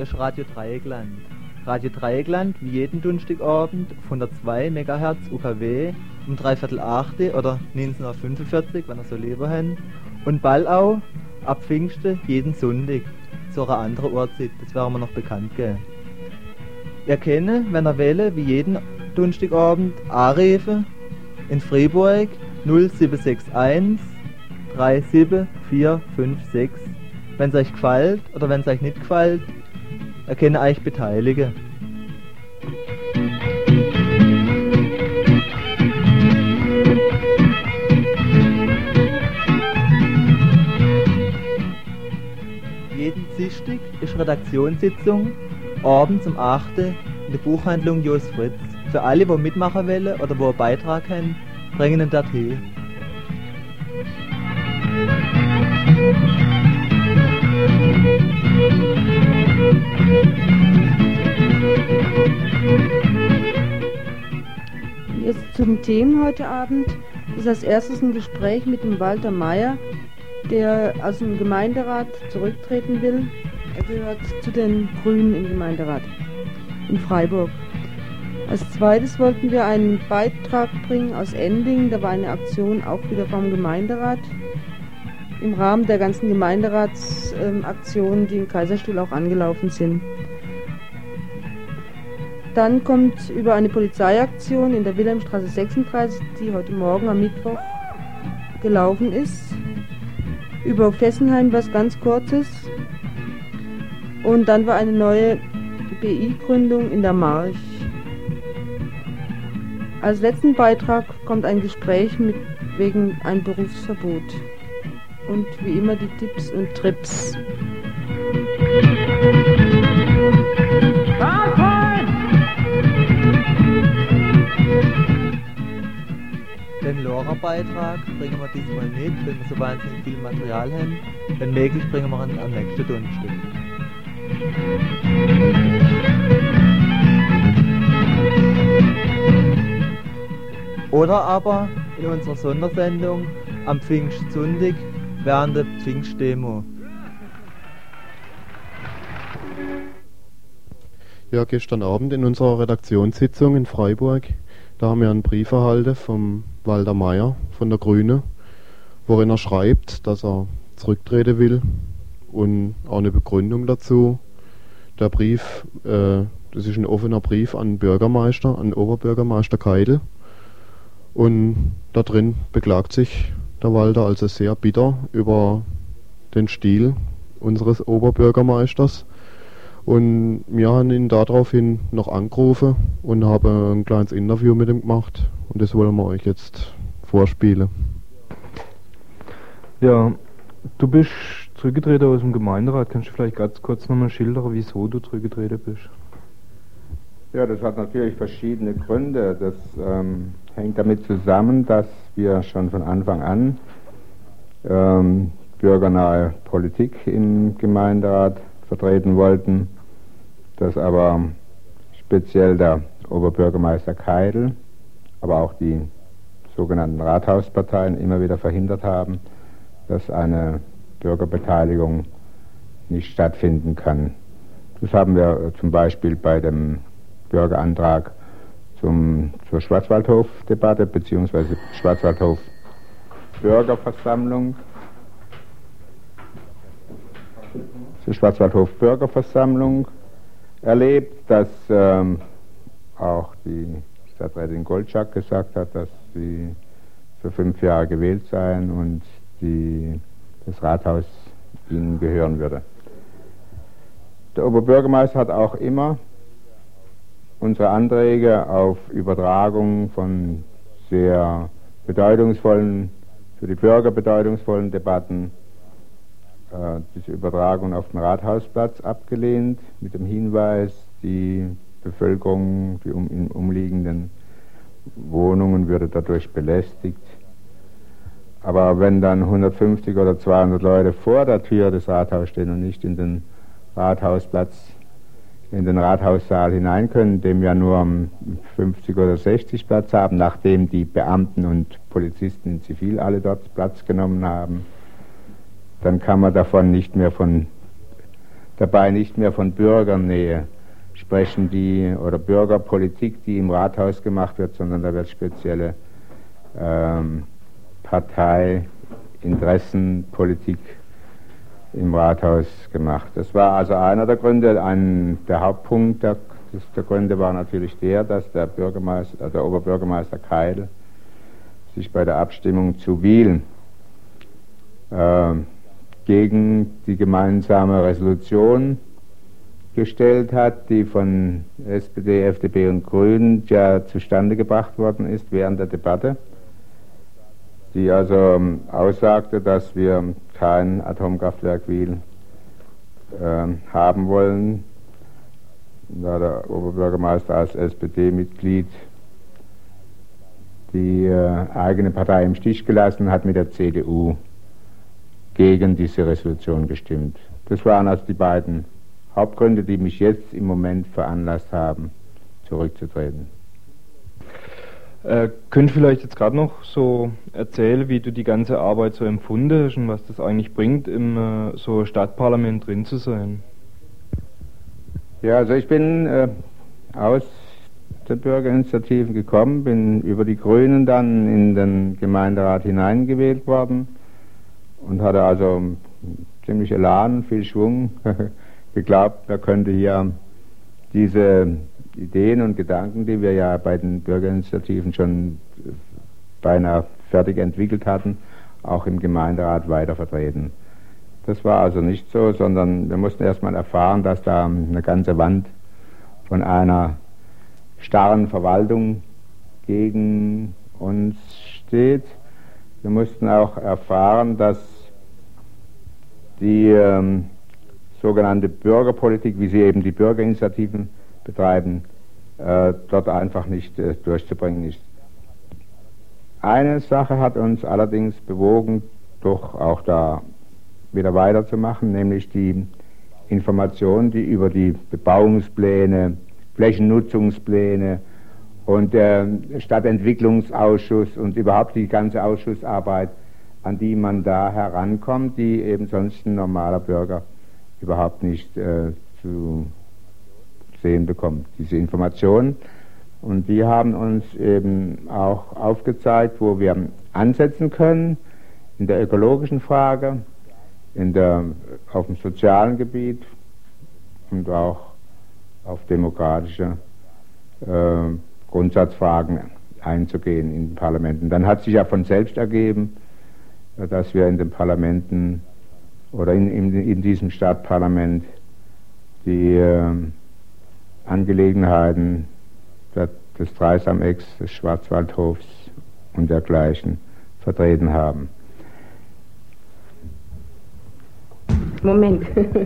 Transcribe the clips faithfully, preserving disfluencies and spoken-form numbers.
ist Radio Dreieckland. Radio Dreieckland wie jeden Donnerstagabend auf hundertzwei Megahertz U K W um dreiviertel acht oder neunzehn Uhr fünfundvierzig, wenn ihr so lieber habt. Und bald auch ab Pfingsten jeden Sonntag zu einer anderen Uhrzeit, das werden wir noch bekannt geben. Ihr könnt, wenn ihr wählt, wie jeden Donnerstagabend anrufen in Freiburg null sieben sechs eins drei sieben vier fünf sechs. Wenn es euch gefällt oder wenn es euch nicht gefällt, ihr könnt euch beteiligen. Jeden Dienstag ist Redaktionssitzung, abends um acht Uhr in der Buchhandlung Jos Fritz. Für alle, die mitmachen wollen oder die einen Beitrag haben, bringen ihn dorthin. Jetzt zum Thema heute Abend ist als erstes ein Gespräch mit dem Walter Meier, der aus dem Gemeinderat zurücktreten will. Er gehört zu den Grünen im Gemeinderat in Freiburg. Als zweites wollten wir einen Beitrag bringen aus Ending. Da war eine Aktion auch wieder vom Gemeinderat im Rahmen der ganzen Gemeinderatsaktionen, die im Kaiserstuhl auch angelaufen sind. Dann kommt über eine Polizeiaktion in der Wilhelmstraße sechsunddreißig, die heute Morgen am Mittwoch gelaufen ist. Über Fessenheim was ganz Kurzes. Und dann war eine neue B I-Gründung in der March. Als letzten Beitrag kommt ein Gespräch mit wegen ein Berufsverbot. Und wie immer die Tipps und Trips. Den Lora-Beitrag bringen wir diesmal nicht, weil wir so wahnsinnig viel Material haben. Wenn möglich, bringen wir ihn am nächsten Donnerstag. Oder aber in unserer Sondersendung am Pfingstsonntag während der Pfingstdemo. Ja, gestern Abend in unserer Redaktionssitzung in Freiburg, da haben wir einen Brief erhalten vom Walter Meier von der Grüne, worin er schreibt, dass er zurücktreten will und auch eine Begründung dazu. Der Brief, äh, das ist ein offener Brief an den Bürgermeister, an den Oberbürgermeister Keidel. Und da drin beklagt sich der Walter also sehr bitter über den Stil unseres Oberbürgermeisters. Und wir haben ihn daraufhin noch angerufen und haben ein kleines Interview mit ihm gemacht. Und das wollen wir euch jetzt vorspielen. Ja, du bist zurückgetreten aus dem Gemeinderat. Kannst du vielleicht ganz kurz nochmal schildern, wieso du zurückgetreten bist? Ja, das hat natürlich verschiedene Gründe. Das ähm, hängt damit zusammen, dass wir schon von Anfang an ähm, bürgernahe Politik im Gemeinderat vertreten wollten, dass aber speziell der Oberbürgermeister Keidel, aber auch die sogenannten Rathausparteien immer wieder verhindert haben, dass eine Bürgerbeteiligung nicht stattfinden kann. Das haben wir zum Beispiel bei dem Bürgerantrag zum, zur Schwarzwaldhof-Debatte bzw. Schwarzwaldhof-Bürgerversammlung zur Schwarzwaldhof-Bürgerversammlung erlebt, dass ähm, auch die Stadträtin Goldschak gesagt hat, dass sie für fünf Jahre gewählt seien und die, das Rathaus ihnen gehören würde. Der Oberbürgermeister hat auch immer unsere Anträge auf Übertragung von sehr bedeutungsvollen, für die Bürger bedeutungsvollen Debatten, äh, diese Übertragung auf den Rathausplatz abgelehnt, mit dem Hinweis, die Bevölkerung, die um, in umliegenden Wohnungen würde dadurch belästigt. Aber wenn dann hundertfünfzig oder zweihundert Leute vor der Tür des Rathauses stehen und nicht in den Rathausplatz, in den Rathaussaal hinein können, dem ja nur fünfzig oder sechzig Platz haben, nachdem die Beamten und Polizisten in Zivil alle dort Platz genommen haben, dann kann man davon nicht mehr von dabei nicht mehr von Bürgernähe sprechen, die oder Bürgerpolitik, die im Rathaus gemacht wird, sondern da wird spezielle ähm, Parteiinteressenpolitik im Rathaus gemacht. Das war also einer der Gründe. Ein, der Hauptpunkt der, der Gründe war natürlich der, dass der Bürgermeister, also der Oberbürgermeister Keil sich bei der Abstimmung zu Wiel äh, gegen die gemeinsame Resolution gestellt hat, die von S P D, F D P und Grünen ja zustande gebracht worden ist während der Debatte, die also ähm, aussagte, dass wir kein Atomkraftwerk Wiel äh, haben wollen, da der Oberbürgermeister als S P D-Mitglied die äh, eigene Partei im Stich gelassen hat, mit der C D U gegen diese Resolution gestimmt. Das waren also die beiden Hauptgründe, die mich jetzt im Moment veranlasst haben, zurückzutreten. Äh, könnt vielleicht jetzt gerade noch so erzählen, wie du die ganze Arbeit so empfunden hast und was das eigentlich bringt, im äh, so Stadtparlament drin zu sein? Ja, also ich bin äh, aus den Bürgerinitiativen gekommen, bin über die Grünen dann in den Gemeinderat hineingewählt worden und hatte also ziemlich Elan, viel Schwung, geglaubt, man könnte hier diese Ideen und Gedanken, die wir ja bei den Bürgerinitiativen schon beinahe fertig entwickelt hatten, auch im Gemeinderat weiter vertreten. Das war also nicht so, sondern wir mussten erstmal erfahren, dass da eine ganze Wand von einer starren Verwaltung gegen uns steht. Wir mussten auch erfahren, dass die ähm, sogenannte Bürgerpolitik, wie sie eben die Bürgerinitiativen betreiben, äh, dort einfach nicht äh, durchzubringen ist. Eine Sache hat uns allerdings bewogen, doch auch da wieder weiterzumachen, nämlich die Informationen, die über die Bebauungspläne, Flächennutzungspläne und der Stadtentwicklungsausschuss und überhaupt die ganze Ausschussarbeit, an die man da herankommt, die eben sonst ein normaler Bürger überhaupt nicht äh, zu sehen bekommt, diese Informationen. Und die haben uns eben auch aufgezeigt, wo wir ansetzen können, in der ökologischen Frage, in der, auf dem sozialen Gebiet und auch auf demokratische äh, Grundsatzfragen einzugehen in den Parlamenten. Dann hat sich ja von selbst ergeben, dass wir in den Parlamenten oder in, in, in diesem Stadtparlament die äh, Angelegenheiten der, des Dreisamecks, des Schwarzwaldhofs und dergleichen vertreten haben. Moment.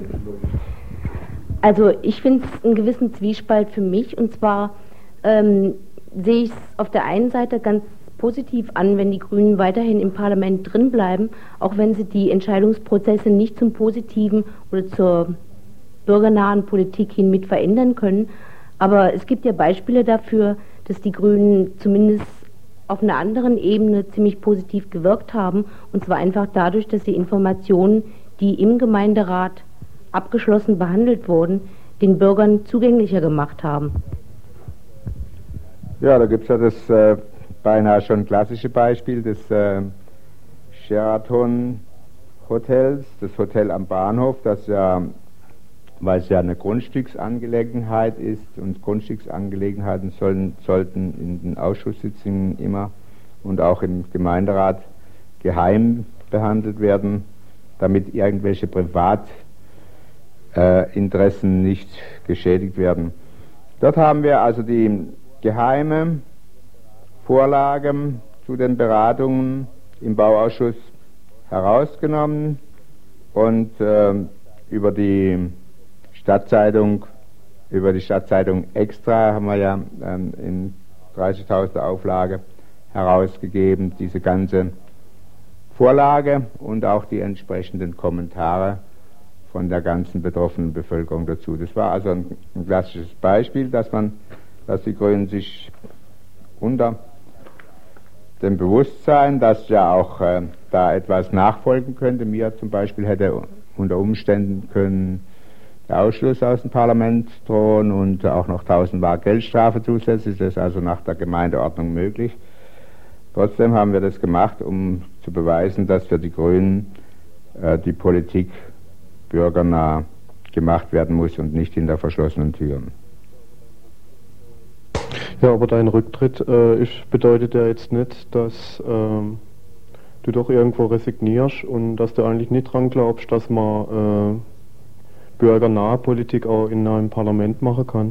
Also ich finde es einen gewissen Zwiespalt für mich, und zwar ähm, sehe ich es auf der einen Seite ganz positiv an, wenn die Grünen weiterhin im Parlament drin bleiben, auch wenn sie die Entscheidungsprozesse nicht zum Positiven oder zur bürgernahen Politik hin mit verändern können. Aber es gibt ja Beispiele dafür, dass die Grünen zumindest auf einer anderen Ebene ziemlich positiv gewirkt haben, und zwar einfach dadurch, dass sie Informationen, die im Gemeinderat abgeschlossen behandelt wurden, den Bürgern zugänglicher gemacht haben. Ja, da gibt es ja das äh, beinahe schon klassische Beispiel des äh, Sheraton Hotels, das Hotel am Bahnhof, das ja, weil es ja eine Grundstücksangelegenheit ist, und Grundstücksangelegenheiten sollen, sollten in den Ausschusssitzungen immer und auch im Gemeinderat geheim behandelt werden, damit irgendwelche Privatinteressen äh, nicht geschädigt werden. Dort haben wir also die geheime Vorlage zu den Beratungen im Bauausschuss herausgenommen und äh, über die Stadtzeitung, über die Stadtzeitung Extra haben wir ja ähm, in dreißigtausender Auflage herausgegeben, diese ganze Vorlage und auch die entsprechenden Kommentare von der ganzen betroffenen Bevölkerung dazu. Das war also ein, ein klassisches Beispiel, dass man, dass die Grünen sich unter dem Bewusstsein, dass ja auch äh, da etwas nachfolgen könnte, mir zum Beispiel hätte unter Umständen können der Ausschluss aus dem Parlament drohen und auch noch tausend Mark Geldstrafe zusätzlich. Das ist also nach der Gemeindeordnung möglich. Trotzdem haben wir das gemacht, um zu beweisen, dass für die Grünen äh, die Politik bürgernah gemacht werden muss und nicht hinter verschlossenen Türen. Ja, aber dein Rücktritt äh, ist, bedeutet ja jetzt nicht, dass ähm, du doch irgendwo resignierst und dass du eigentlich nicht dran glaubst, dass man äh, bürgernahe Politik auch in einem Parlament machen kann.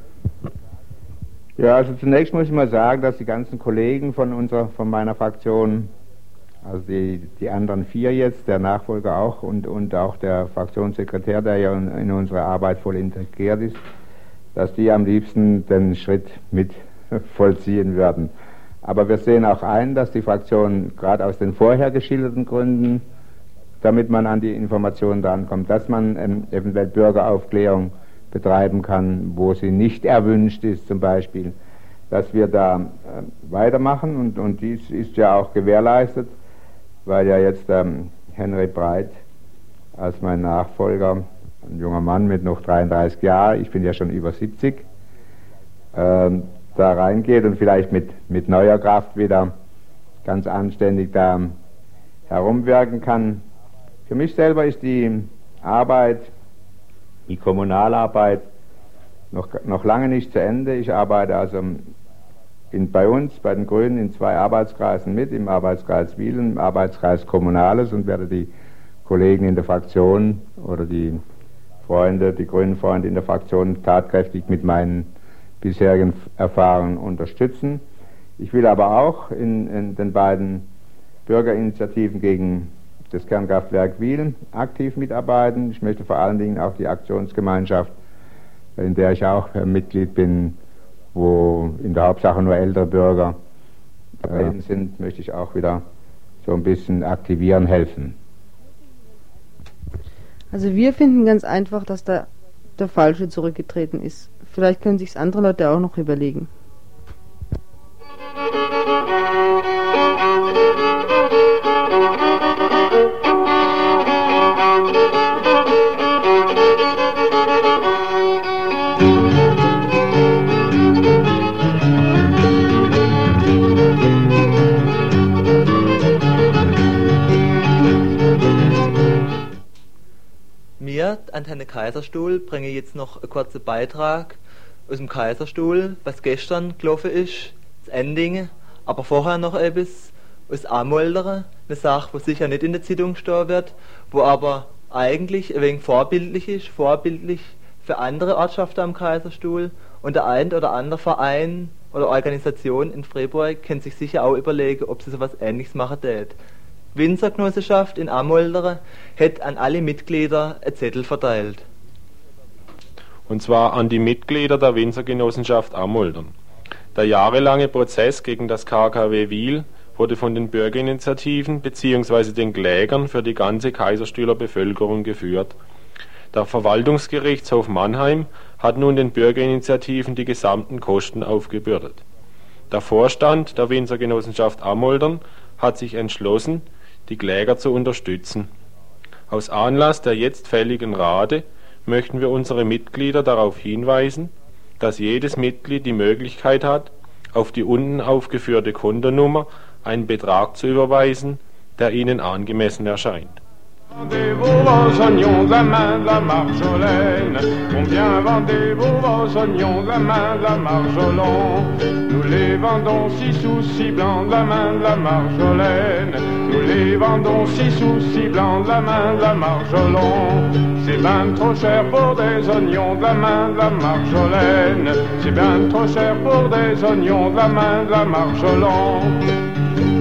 Ja, also zunächst muss ich mal sagen, dass die ganzen Kollegen von unserer, von meiner Fraktion, also die, die anderen vier jetzt, der Nachfolger auch und, und auch der Fraktionssekretär, der ja in, in unsere Arbeit voll integriert ist, dass die am liebsten den Schritt mit vollziehen würden. Aber wir sehen auch ein, dass die Fraktion gerade aus den vorher geschilderten Gründen, damit man an die Informationen drankommt, dass man ähm, eventuell Bürgeraufklärung betreiben kann, wo sie nicht erwünscht ist zum Beispiel, dass wir da äh, weitermachen und, und dies ist ja auch gewährleistet, weil ja jetzt ähm, Henry Breit als mein Nachfolger, ein junger Mann mit noch dreiunddreißig Jahren, ich bin ja schon über siebzig, äh, da reingeht und vielleicht mit, mit neuer Kraft wieder ganz anständig da herumwirken kann. Für mich selber ist die Arbeit, die Kommunalarbeit noch, noch lange nicht zu Ende. Ich arbeite also in, bei uns, bei den Grünen, in zwei Arbeitskreisen mit, im Arbeitskreis Wielen, im Arbeitskreis Kommunales und werde die Kollegen in der Fraktion oder die Freunde, die grünen Freunde in der Fraktion tatkräftig mit meinen bisherigen Erfahrungen unterstützen. Ich will aber auch in, in den beiden Bürgerinitiativen gegen das Kernkraftwerk Wielen aktiv mitarbeiten. Ich möchte vor allen Dingen auch die Aktionsgemeinschaft, in der ich auch Mitglied bin, wo in der Hauptsache nur ältere Bürger vertreten sind, möchte ich auch wieder so ein bisschen aktivieren, helfen. Also wir finden ganz einfach, dass da der Falsche zurückgetreten ist. Vielleicht können sich andere Leute auch noch überlegen. Wir, Antenne Kaiserstuhl, bringen jetzt noch einen kurzen Beitrag aus dem Kaiserstuhl, was gestern gelaufen ist, das Endingen, aber vorher noch etwas aus Amoldere, eine Sache, die sicher nicht in der Zeitung stehen wird, wo aber eigentlich ein wenig vorbildlich ist, vorbildlich für andere Ortschaften am Kaiserstuhl, und der ein oder andere Verein oder Organisation in Freiburg kann sich sicher auch überlegen, ob sie so etwas Ähnliches machen tät. Die Winzergenossenschaft in Amoldere hat an alle Mitglieder einen Zettel verteilt. Und zwar an die Mitglieder der Winzergenossenschaft Amoldern. Der jahrelange Prozess gegen das K K W Wiel wurde von den Bürgerinitiativen bzw. den Klägern für die ganze Kaiserstühler Bevölkerung geführt. Der Verwaltungsgerichtshof Mannheim hat nun den Bürgerinitiativen die gesamten Kosten aufgebürdet. Der Vorstand der Winzergenossenschaft Amoldern hat sich entschlossen, die Kläger zu unterstützen. Aus Anlass der jetzt fälligen Rate möchten wir unsere Mitglieder darauf hinweisen, dass jedes Mitglied die Möglichkeit hat, auf die unten aufgeführte Kontonummer einen Betrag zu überweisen, der ihnen angemessen erscheint. Vendez-vous vos oignons à main de la Marjolaine. Combien vendez-vous vos oignons à main de la Marjolaine? Nous les vendons six sous six blancs de la main de la Marjolaine. Nous les vendons six sous six blancs de la main de la Marjolaine. C'est bien trop cher pour des oignons de la main de la Marjolaine. C'est bien trop cher pour des oignons de la main de la Marjolaine.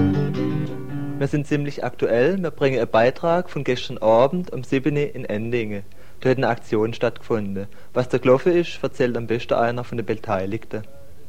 Wir sind ziemlich aktuell, wir bringen einen Beitrag von gestern Abend um sieben Uhr in Endingen. Da hat eine Aktion stattgefunden. Was da gelaufen ist, erzählt am besten einer von den Beteiligten.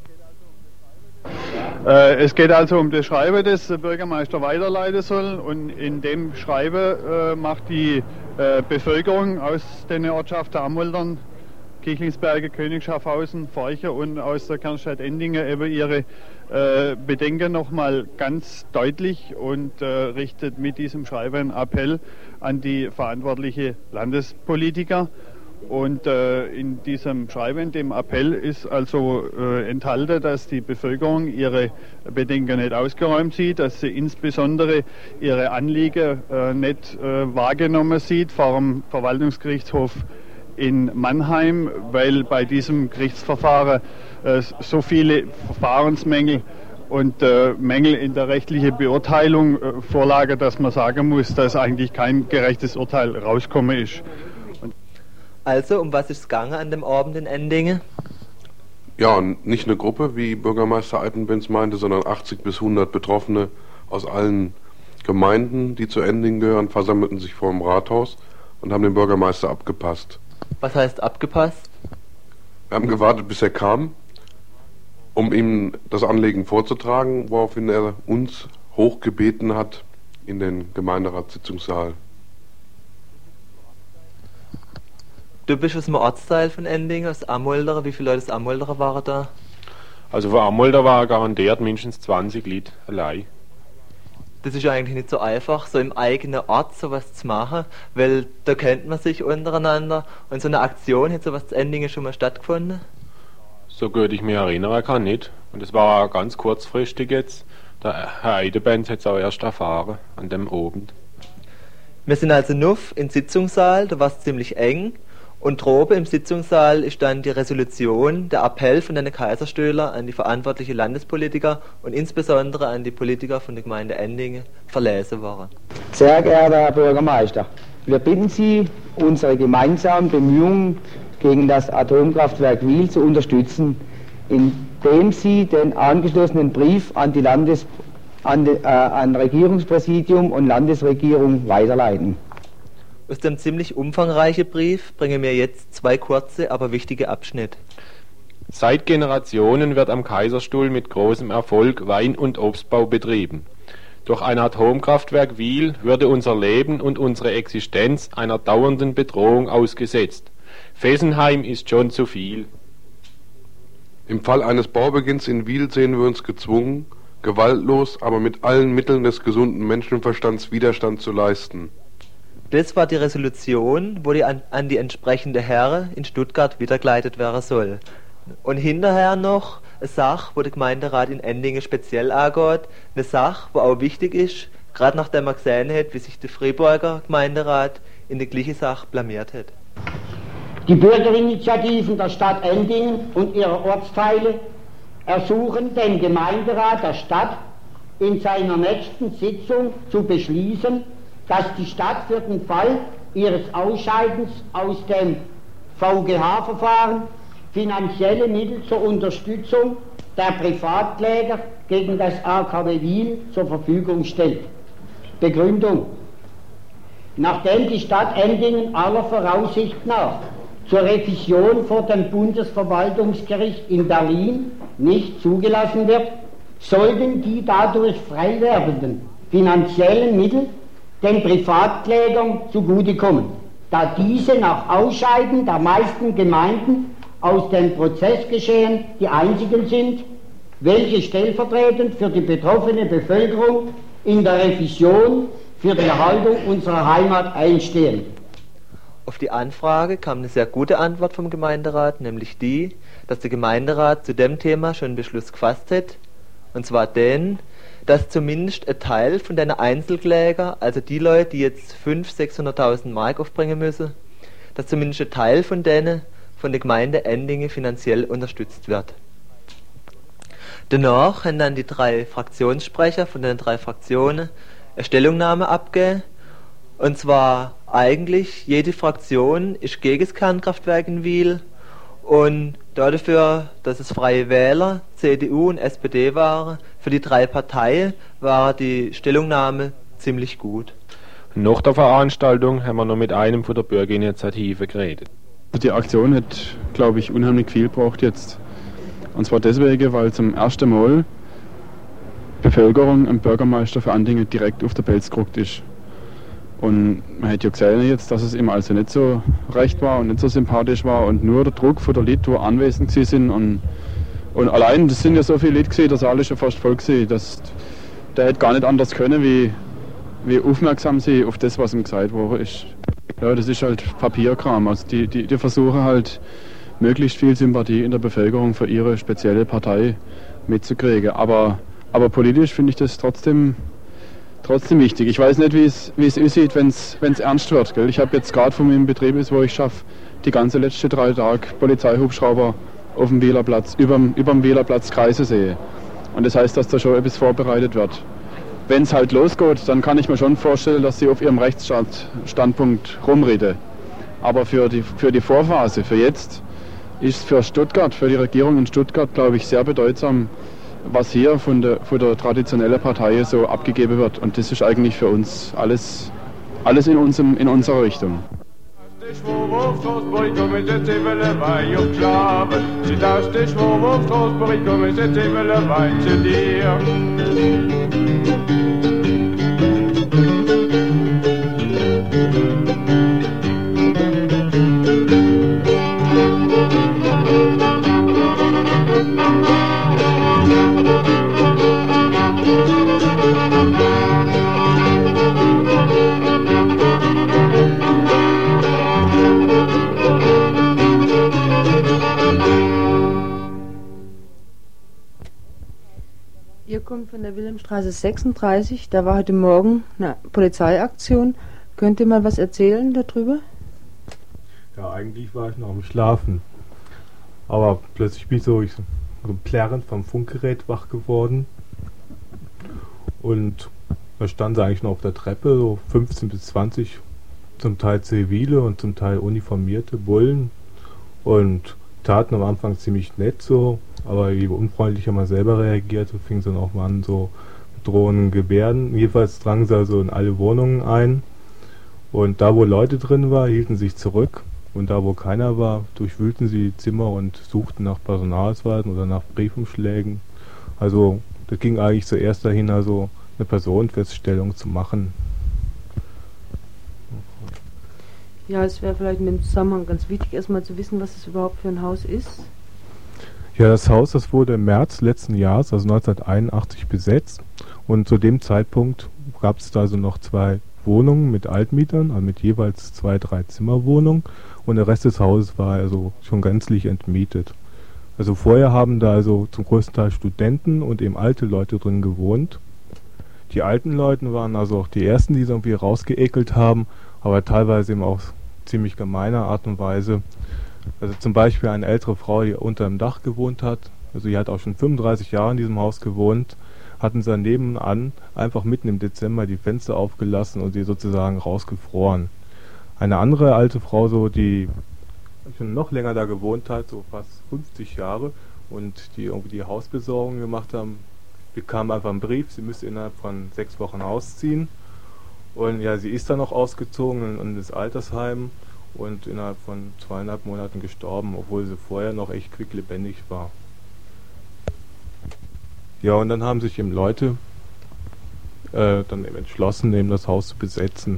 Äh, es geht also um das Schreiben, das der Bürgermeister weiterleiten soll, und in dem Schreiben äh, macht die äh, Bevölkerung aus den Ortschaften Amoldern, Kichlingsberge, König Schaffhausen, Forche und aus der Kernstadt Endingen eben ihre äh, Bedenken nochmal ganz deutlich und äh, richtet mit diesem Schreiben einen Appell an die verantwortliche Landespolitiker Und äh, in diesem Schreiben, dem Appell, ist also äh, enthalten, dass die Bevölkerung ihre Bedenken nicht ausgeräumt sieht, dass sie insbesondere ihre Anliegen äh, nicht äh, wahrgenommen sieht vor dem Verwaltungsgerichtshof in Mannheim, weil bei diesem Gerichtsverfahren äh, so viele Verfahrensmängel und äh, Mängel in der rechtlichen Beurteilung äh, vorlagen, dass man sagen muss, dass eigentlich kein gerechtes Urteil rausgekommen ist. Also, um was ist es gegangen an dem Abend in Endingen? Ja, nicht eine Gruppe, wie Bürgermeister Altenbenz meinte, sondern achtzig bis hundert Betroffene aus allen Gemeinden, die zu Endingen gehören, versammelten sich vor dem Rathaus und haben den Bürgermeister abgepasst. Was heißt abgepasst? Wir haben gewartet, bis er kam, um ihm das Anliegen vorzutragen, woraufhin er uns hochgebeten hat in den Gemeinderatssitzungssaal. Du bist aus dem Ortsteil von Endingen, aus Amolder. Wie viele Leute aus Amolder waren da? Also von Amolder war garantiert mindestens zwanzig Leute allein. Das ist ja eigentlich nicht so einfach, so im eigenen Ort sowas zu machen, weil da kennt man sich untereinander. Und so eine Aktion, hat sowas zu Endingen schon mal stattgefunden? So gut ich mich erinnern kann, nicht. Und es war ganz kurzfristig jetzt. Der Herr Eidebenz hat es auch erst erfahren, an dem Abend. Wir sind also nur im Sitzungssaal, da war es ziemlich eng. Und droben im Sitzungssaal ist dann die Resolution, der Appell von den Kaiserstühler an die verantwortlichen Landespolitiker und insbesondere an die Politiker von der Gemeinde Endingen verlesen worden. Sehr geehrter Herr Bürgermeister, wir bitten Sie, unsere gemeinsamen Bemühungen gegen das Atomkraftwerk Wil zu unterstützen, indem Sie den angeschlossenen Brief an die Landes an, de, äh, an Regierungspräsidium und Landesregierung weiterleiten. Aus dem ziemlich umfangreichen Brief bringen wir jetzt zwei kurze, aber wichtige Abschnitte. Seit Generationen wird am Kaiserstuhl mit großem Erfolg Wein- und Obstbau betrieben. Durch ein Atomkraftwerk Wil würde unser Leben und unsere Existenz einer dauernden Bedrohung ausgesetzt. Fessenheim ist schon zu viel. Im Fall eines Baubeginns in Wil sehen wir uns gezwungen, gewaltlos, aber mit allen Mitteln des gesunden Menschenverstands Widerstand zu leisten. Das war die Resolution, wo die an, an die entsprechende Herren in Stuttgart weitergeleitet werden soll. Und hinterher noch eine Sache, wo der Gemeinderat in Endingen speziell angeht, eine Sache, wo auch wichtig ist, gerade nachdem man gesehen hat, wie sich der Freiburger Gemeinderat in der gleichen Sache blamiert hat. Die Bürgerinitiativen der Stadt Endingen und ihrer Ortsteile ersuchen den Gemeinderat der Stadt in seiner nächsten Sitzung zu beschließen, dass die Stadt für den Fall ihres Ausscheidens aus dem V G H-Verfahren finanzielle Mittel zur Unterstützung der Privatkläger gegen das A K W Wil zur Verfügung stellt. Begründung: Nachdem die Stadt Endingen aller Voraussicht nach zur Revision vor dem Bundesverwaltungsgericht in Berlin nicht zugelassen wird, sollten die dadurch frei werdenden finanziellen Mittel den Privatklägern zugutekommen, da diese nach Ausscheiden der meisten Gemeinden aus dem Prozessgeschehen die einzigen sind, welche stellvertretend für die betroffene Bevölkerung in der Revision für die Erhaltung unserer Heimat einstehen. Auf die Anfrage kam eine sehr gute Antwort vom Gemeinderat, nämlich die, dass der Gemeinderat zu dem Thema schon einen Beschluss gefasst hat, und zwar den, dass zumindest ein Teil von den Einzelkläger, also die Leute, die jetzt fünfhunderttausend, sechshunderttausend Mark aufbringen müssen, dass zumindest ein Teil von denen von der Gemeinde Endingen finanziell unterstützt wird. Danach haben dann die drei Fraktionssprecher von den drei Fraktionen eine Stellungnahme abgegeben, und zwar eigentlich jede Fraktion ist gegen das Kernkraftwerk in Wil und dafür, dass es Freie Wähler, C D U und S P D waren, für die drei Parteien war die Stellungnahme ziemlich gut. Nach der Veranstaltung haben wir noch mit einem von der Bürgerinitiative geredet. Die Aktion hat, glaube ich, unheimlich viel gebraucht jetzt. Und zwar deswegen, weil zum ersten Mal Bevölkerung am Bürgermeister für Endingen direkt auf der Pelz gerückt ist. Und man hat ja gesehen jetzt, dass es ihm also nicht so recht war und nicht so sympathisch war und nur der Druck von der Leute, die anwesend sind und, und allein, das sind ja so viele Leute gewesen, das alles schon fast voll gewesen, dass der hätte gar nicht anders können, wie, wie aufmerksam sie auf das, was ihm gesagt worden ist. Ja, das ist halt Papierkram. Also die, die, die versuchen halt möglichst viel Sympathie in der Bevölkerung für ihre spezielle Partei mitzukriegen. Aber, aber politisch finde ich das trotzdem, trotzdem wichtig. Ich weiß nicht, wie es wie es aussieht, wenn es ernst wird. Gell? Ich habe jetzt gerade von meinem Betrieb, ist, wo ich schaffe, die ganze letzte drei Tage Polizeihubschrauber auf dem Wählerplatz, überm, überm Wählerplatz Kreise sehe. Und das heißt, dass da schon etwas vorbereitet wird. Wenn es halt losgeht, dann kann ich mir schon vorstellen, dass sie auf ihrem Rechtsstandpunkt rumreden. Aber für die, für die Vorphase, für jetzt, ist für Stuttgart, für die Regierung in Stuttgart, glaube ich, sehr bedeutsam, was hier von der, von der traditionellen Partei so abgegeben wird. Und das ist eigentlich für uns alles, alles in, unserem, in unserer Richtung. Ihr kommt von der Wilhelmstraße sechsunddreißig, da war heute Morgen eine Polizeiaktion. Könnt ihr mal was erzählen darüber? Ja, eigentlich war ich noch am Schlafen. Aber plötzlich bin ich so, ich so plärrend vom Funkgerät wach geworden. Und da standen sie eigentlich noch auf der Treppe, so fünfzehn bis zwanzig, zum Teil zivile und zum Teil uniformierte Bullen. Und taten am Anfang ziemlich nett so, aber je unfreundlicher man selber reagierte, fing sie dann auch mal an, so mit drohenden Gebärden. Jedenfalls drangen sie also in alle Wohnungen ein. Und da, wo Leute drin waren, hielten sie sich zurück. Und da, wo keiner war, durchwühlten sie die Zimmer und suchten nach Personalausweisen oder nach Briefumschlägen. Also, das ging eigentlich zuerst dahin, also eine Personenfeststellung zu machen. Ja, es wäre vielleicht in dem Zusammenhang ganz wichtig, erstmal zu wissen, was es überhaupt für ein Haus ist. Ja, das Haus, das wurde im März letzten Jahres, also neunzehnhunderteinundachtzig, besetzt. Und zu dem Zeitpunkt gab es da also noch zwei Wohnungen mit Altmietern, also mit jeweils zwei, drei Zimmerwohnungen. Und der Rest des Hauses war also schon gänzlich entmietet. Also vorher haben da also zum größten Teil Studenten und eben alte Leute drin gewohnt. Die alten Leute waren also auch die ersten, die es irgendwie rausgeekelt haben, aber teilweise eben auch ziemlich gemeiner Art und Weise. Also zum Beispiel eine ältere Frau, die unter dem Dach gewohnt hat, also die hat auch schon fünfunddreißig Jahre in diesem Haus gewohnt, hatten sie nebenan einfach mitten im Dezember die Fenster aufgelassen und sie sozusagen rausgefroren. Eine andere alte Frau, so die schon noch länger da gewohnt hat, so fast fünfzig Jahre, und die irgendwie die Hausbesorgung gemacht haben, bekam einfach einen Brief, sie müsste innerhalb von sechs Wochen ausziehen. Und ja, sie ist dann noch ausgezogen in, in das Altersheim und innerhalb von zweieinhalb Monaten gestorben, obwohl sie vorher noch echt quicklebendig war. Ja, und dann haben sich eben Leute äh, dann eben entschlossen, eben das Haus zu besetzen.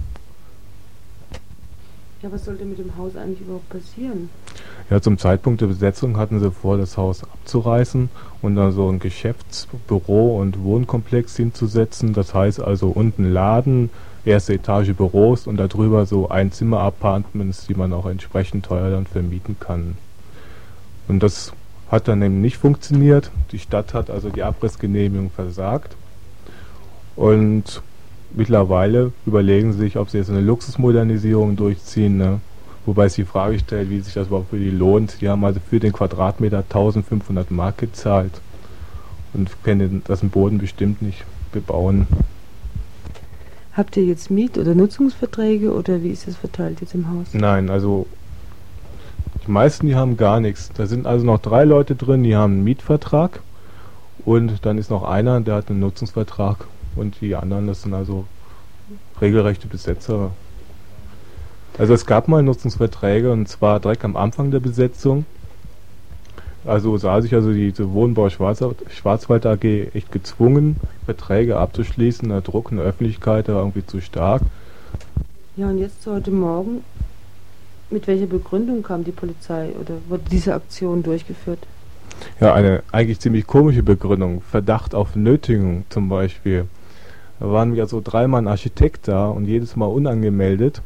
Ja, was sollte mit dem Haus eigentlich überhaupt passieren? Ja, zum Zeitpunkt der Besetzung hatten sie vor, das Haus abzureißen und dann so ein Geschäftsbüro- und Wohnkomplex hinzusetzen. Das heißt also unten Laden, erste Etage Büros und darüber so Einzimmer-Apartments, die man auch entsprechend teuer dann vermieten kann. Und das hat dann eben nicht funktioniert. Die Stadt hat also die Abrissgenehmigung versagt. Und mittlerweile überlegen sie sich, ob sie jetzt eine Luxusmodernisierung durchziehen, ne? Wobei es die Frage stellt, wie sich das überhaupt für die lohnt. Die haben also für den Quadratmeter eintausendfünfhundert Mark gezahlt und können das im Boden bestimmt nicht bebauen. Habt ihr jetzt Miet- oder Nutzungsverträge oder wie ist das verteilt jetzt im Haus? Nein, also die meisten, die haben gar nichts. Da sind also noch drei Leute drin, die haben einen Mietvertrag und dann ist noch einer, der hat einen Nutzungsvertrag und die anderen, das sind also regelrechte Besetzer. Also es gab mal Nutzungsverträge und zwar direkt am Anfang der Besetzung. Also sah sich also diese Wohnbau Schwarzwald, Schwarzwald A G echt gezwungen, Verträge abzuschließen. Der Druck in der Öffentlichkeit war irgendwie zu stark. Ja, und jetzt heute Morgen, mit welcher Begründung kam die Polizei oder wurde diese Aktion durchgeführt? Ja, eine eigentlich ziemlich komische Begründung. Verdacht auf Nötigung zum Beispiel. Da waren wir so dreimal ein Architekt da und jedes Mal unangemeldet.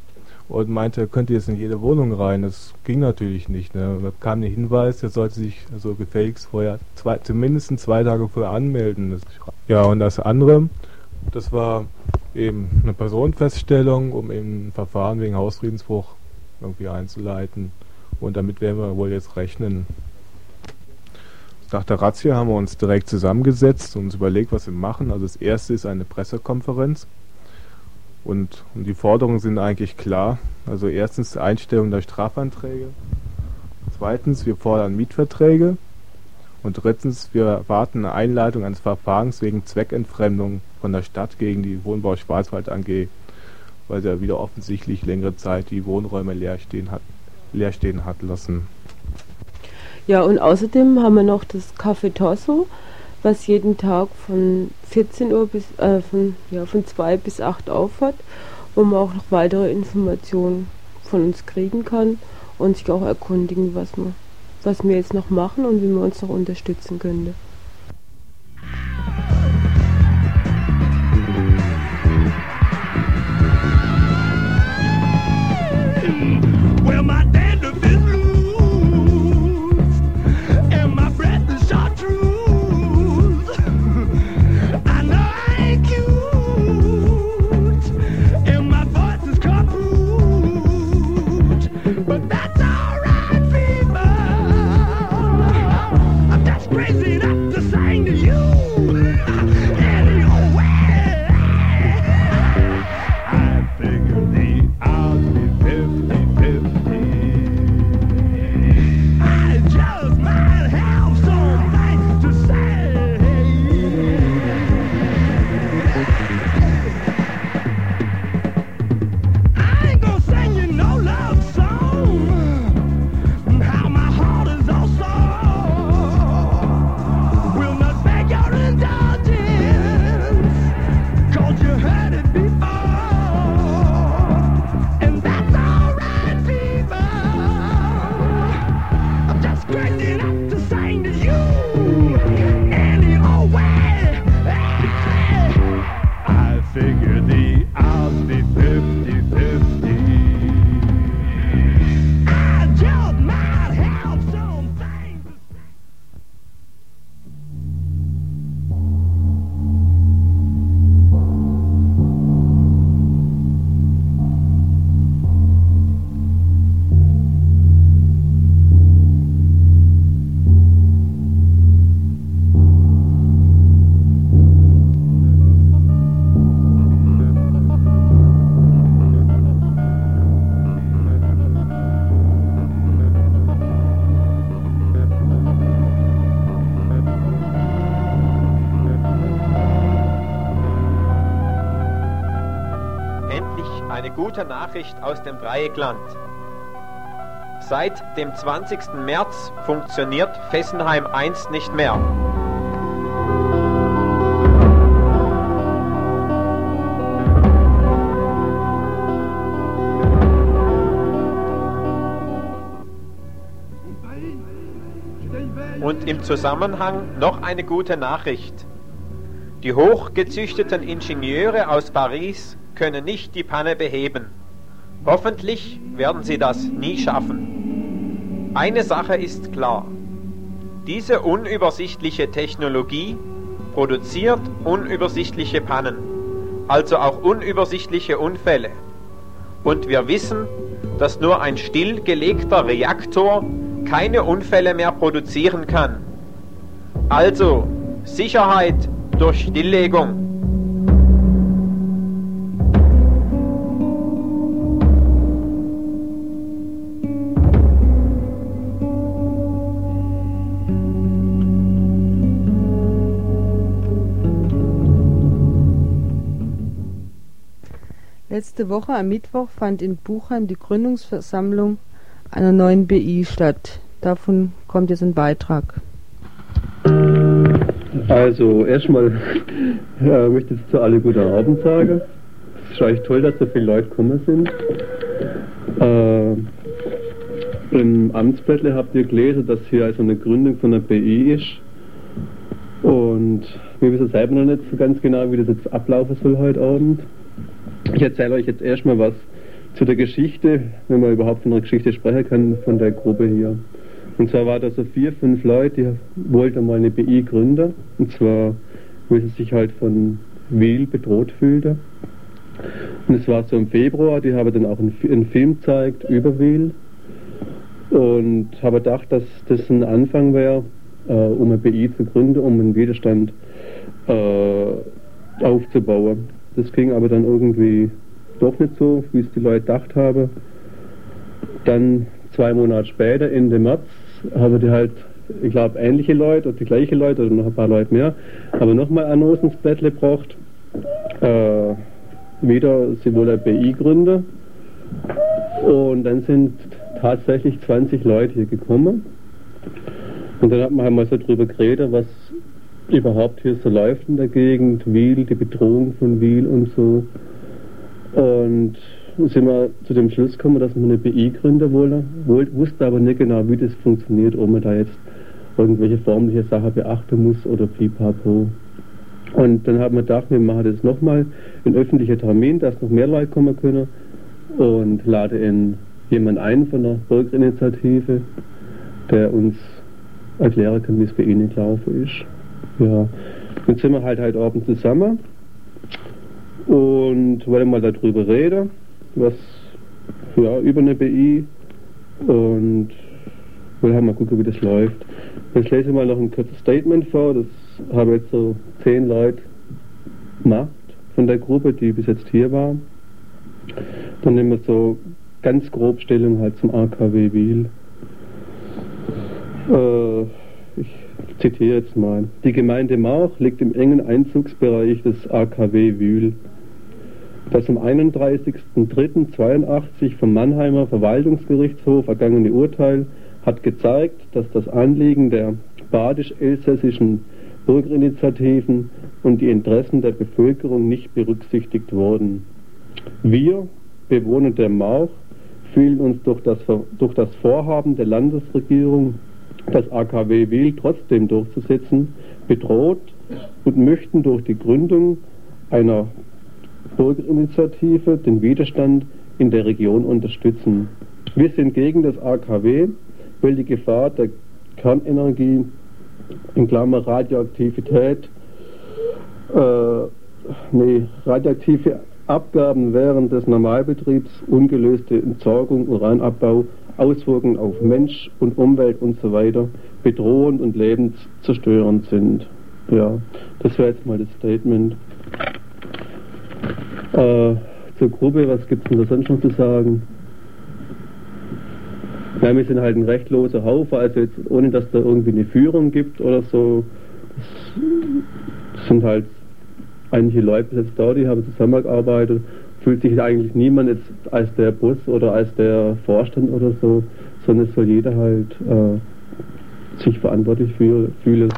und meinte, er könnte jetzt in jede Wohnung rein. Das ging natürlich nicht. Ne? Da kam der Hinweis, er sollte sich also gefälligst vorher, zwei, zumindest zwei Tage vorher anmelden. Das, ja, und das andere, das war eben eine Personenfeststellung, um eben ein Verfahren wegen Hausfriedensbruch irgendwie einzuleiten. Und damit werden wir wohl jetzt rechnen. Nach der Razzia haben wir uns direkt zusammengesetzt und uns überlegt, was wir machen. Also das erste ist eine Pressekonferenz. Und, und die Forderungen sind eigentlich klar. Also erstens Einstellung der Strafanträge. Zweitens, wir fordern Mietverträge. Und drittens, wir erwarten eine Einleitung eines Verfahrens wegen Zweckentfremdung von der Stadt gegen die Wohnbau Schwarzwald A G, weil sie ja wieder offensichtlich längere Zeit die Wohnräume leer stehen hat, leer stehen hat lassen. Ja, und außerdem haben wir noch das Café Torso, was jeden Tag von vierzehn Uhr bis äh, von, ja, von zwei bis acht aufhat, wo man auch noch weitere Informationen von uns kriegen kann und sich auch erkundigen, was wir, was wir jetzt noch machen und wie man uns noch unterstützen könnte. Well, my dandruff is loose, and my breath is chartreuse. I know I ain't cute, and my voice is caprooch, but that's alright, fever. I'm just crazy enough to sing to you. Anyway, I figure the odds be fifty fifty. I just might have something to say. I ain't gonna sing you no love song, how my heart is all sore. Will not beg your indulgence, 'cause you heard it before. And that's alright, fever. I'm just crazy enough to sing to you any old way. I figure the odds be fifty fifty. I just might have something to say. Endlich eine gute Nachricht aus dem Dreieckland. Seit dem zwanzigsten März funktioniert Fessenheim eins nicht mehr. Und im Zusammenhang noch eine gute Nachricht. Die hochgezüchteten Ingenieure aus Paris können nicht die Panne beheben. Hoffentlich werden sie das nie schaffen. Eine Sache ist klar. Diese unübersichtliche Technologie produziert unübersichtliche Pannen, also auch unübersichtliche Unfälle. Und wir wissen, dass nur ein stillgelegter Reaktor keine Unfälle mehr produzieren kann. Also Sicherheit durch Stilllegung. Letzte Woche am Mittwoch fand in Buchheim die Gründungsversammlung einer neuen B I statt. Davon kommt jetzt ein Beitrag. Also erstmal äh, möchte ich zu alle guten Abend sagen. Es ist eigentlich toll, dass so viele Leute gekommen sind. Äh, Im Amtsblättle habt ihr gelesen, dass hier also eine Gründung von einer B I ist. Und wir wissen selber noch nicht so ganz genau, wie das jetzt ablaufen soll heute Abend. Ich erzähle euch jetzt erstmal was zu der Geschichte, wenn man überhaupt von der Geschichte sprechen kann, von der Gruppe hier. Und zwar war da so vier, fünf Leute, die wollten mal eine B I gründen. Und zwar, weil sie sich halt von Wiel bedroht fühlte. Und es war so im Februar, die haben dann auch einen, einen Film gezeigt über Wiel. Und habe gedacht, dass das ein Anfang wäre, äh, um eine B I zu gründen, um einen Widerstand äh, aufzubauen. Das ging aber dann irgendwie doch nicht so, wie es die Leute gedacht haben. Dann zwei Monate später, Ende März, haben die halt, ich glaube, ähnliche Leute oder die gleichen Leute oder noch ein paar Leute mehr, aber nochmal Annos ins Blättle gebracht. Äh, wieder, sie wollen eine B I gründen. Und dann sind tatsächlich zwanzig Leute hier gekommen. Und dann hat man halt mal so drüber geredet, was überhaupt hier so läuft in der Gegend, Wiel, die Bedrohung von Wiel und so. Und sind wir zu dem Schluss gekommen, dass man eine B I gründen wollte, wusste aber nicht genau, wie das funktioniert, ob man da jetzt irgendwelche formliche Sachen beachten muss oder pipapo. Und dann haben wir gedacht, wir machen das nochmal in öffentlichen Termin, dass noch mehr Leute kommen können und lade in jemand ein von der Bürgerinitiative, der uns erklären kann, wie es bei ihnen gelaufen ist. Ja, jetzt sind wir halt heute Abend zusammen und wollen mal darüber reden, was, ja, über eine B I und wollen mal gucken, wie das läuft. Jetzt lese ich mal noch ein kurzes Statement vor, das haben jetzt so zehn Leute gemacht von der Gruppe, die bis jetzt hier war. Dann nehmen wir so ganz grob Stellung halt zum A K W Wiel. Äh, ich zitiere jetzt mal. Die Gemeinde Mauch liegt im engen Einzugsbereich des A K W Wiel. Das am einunddreißigsten dritten zweiundachtzig vom Mannheimer Verwaltungsgerichtshof ergangene Urteil hat gezeigt, dass das Anliegen der badisch-elsässischen Bürgerinitiativen und die Interessen der Bevölkerung nicht berücksichtigt wurden. Wir, Bewohner der Mauch, fühlen uns durch das, durch das Vorhaben der Landesregierung, das A K W Wiel trotzdem durchzusetzen, bedroht und möchten durch die Gründung einer Bürgerinitiative den Widerstand in der Region unterstützen. Wir sind gegen das A K W, weil die Gefahr der Kernenergie, in Klammer Radioaktivität, äh, nee, radioaktive Abgaben während des Normalbetriebs, ungelöste Entsorgung, Uranabbau, Auswirkungen auf Mensch und Umwelt und so weiter bedrohend und lebenszerstörend sind. Ja, das wäre jetzt mal das Statement. Äh, zur Gruppe, was gibt es denn da sonst noch zu sagen? Ja, wir sind halt ein rechtloser Haufen, also jetzt ohne dass da irgendwie eine Führung gibt oder so. Das sind halt einige Leute bis jetzt da, die haben zusammengearbeitet. Fühlt sich eigentlich niemand jetzt als der Boss oder als der Vorstand oder so, sondern es soll jeder halt äh, sich verantwortlich für, fühlen.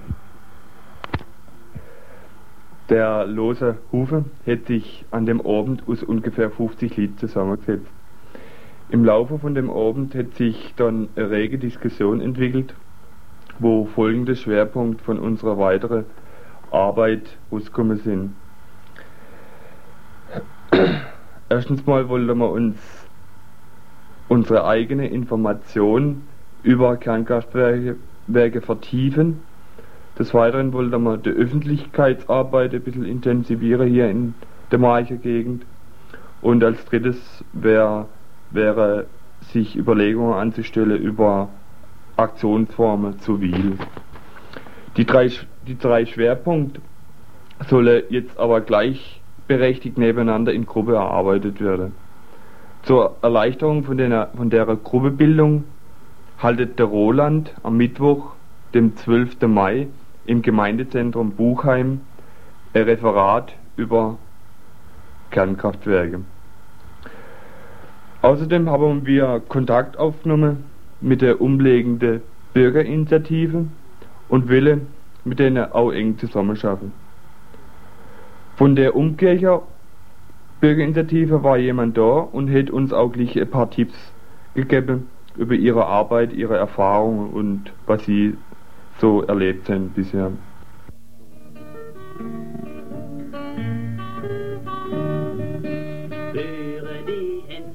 Der lose Hufe hätte sich an dem Abend aus ungefähr fünfzig Lied zusammengesetzt. Im Laufe von dem Abend hat sich dann eine rege Diskussion entwickelt, wo folgende Schwerpunkt von unserer weiteren Arbeit rausgekommen sind. Erstens mal wollten wir uns unsere eigene Information über Kernkraftwerke Werke vertiefen. Des Weiteren wollten wir die Öffentlichkeitsarbeit ein bisschen intensivieren hier in der Marcher Gegend. Und als drittes wär, wäre sich Überlegungen anzustellen über Aktionsformen zu Wiel. Die drei, die drei Schwerpunkte sollen jetzt aber gleichberechtigt nebeneinander in Gruppe erarbeitet werden. Zur Erleichterung von, den, von der Gruppebildung haltet der Roland am Mittwoch, dem zwölften Mai, im Gemeindezentrum Buchheim ein Referat über Kernkraftwerke. Außerdem haben wir Kontakt aufgenommen mit der umliegenden Bürgerinitiative und wollen mit denen auch eng zusammenarbeiten. Von der Umkircher Bürgerinitiative war jemand da und hat uns auch gleich ein paar Tipps gegeben über ihre Arbeit, ihre Erfahrungen und was sie so erlebt haben bisher. Höre die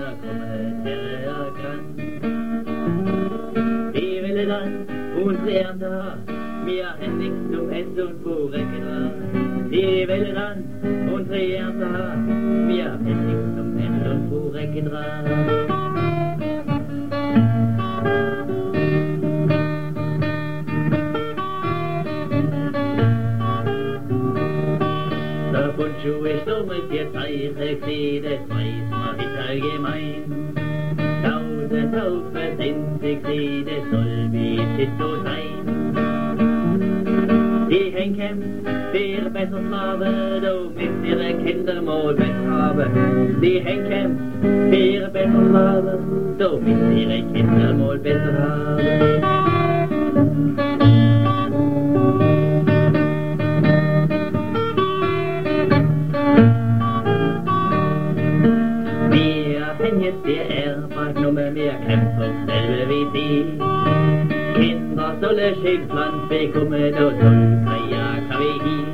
Kinder kommen hergerannt. Die Welle dann unsere Ernte, wir haben nichts zum Essen und Vorrecken dran. Die Welle dann unsere Ernte, wir haben nichts zum Essen und Vorrecken dran. Der Bundschuh ist um vier Zeichen gesehen, das weiß man nicht allgemein. Tausend Haufen sind sie gesehen, das soll wie es so sein. Die Henken für besser Leben, damit ihre Kinder mal besser haben. Die Henken für besser Leben, damit ihre Kinder mal besser haben. Jetzt die Erbart Nummer mehr kämpft auf selbe wie sie. Kinder sollen schön Land bekommen, da soll kein Jagd wie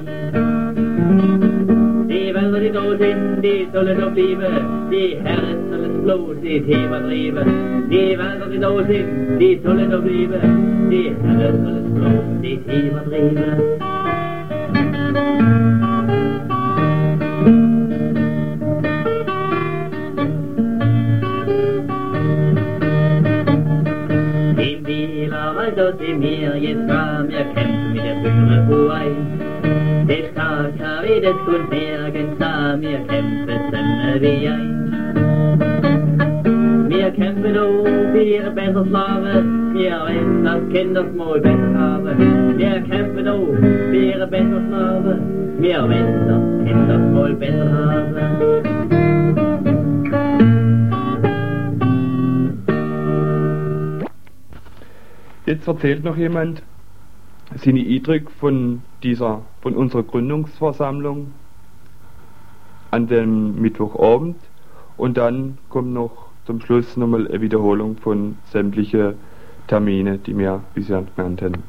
die Wälder, die da sind, die sollen noch bleiben. Die Herren sollen bloß die Thema treiben. Die Wälder, die da sind, die sollen noch bleiben. Die Herren sollen bloß die Thema treiben. Da sind wir jetzt dran, wir kämpfen mit der Böhre vorbei. Das K K W, das kommt nirgends da, wir kämpfen zusammen wie ein. Wir kämpfen auch für ihr besseres Leben, wir wollen, dass Kinder es mal besser haben. Wir kämpfen auch für ihr besseres Leben, wir wollen, dass Kinder es mal besser haben. Jetzt erzählt noch jemand seine Eindrücke von dieser, von unserer Gründungsversammlung an dem Mittwochabend und dann kommt noch zum Schluss nochmal eine Wiederholung von sämtlichen Termine, die wir bisher genannt haben.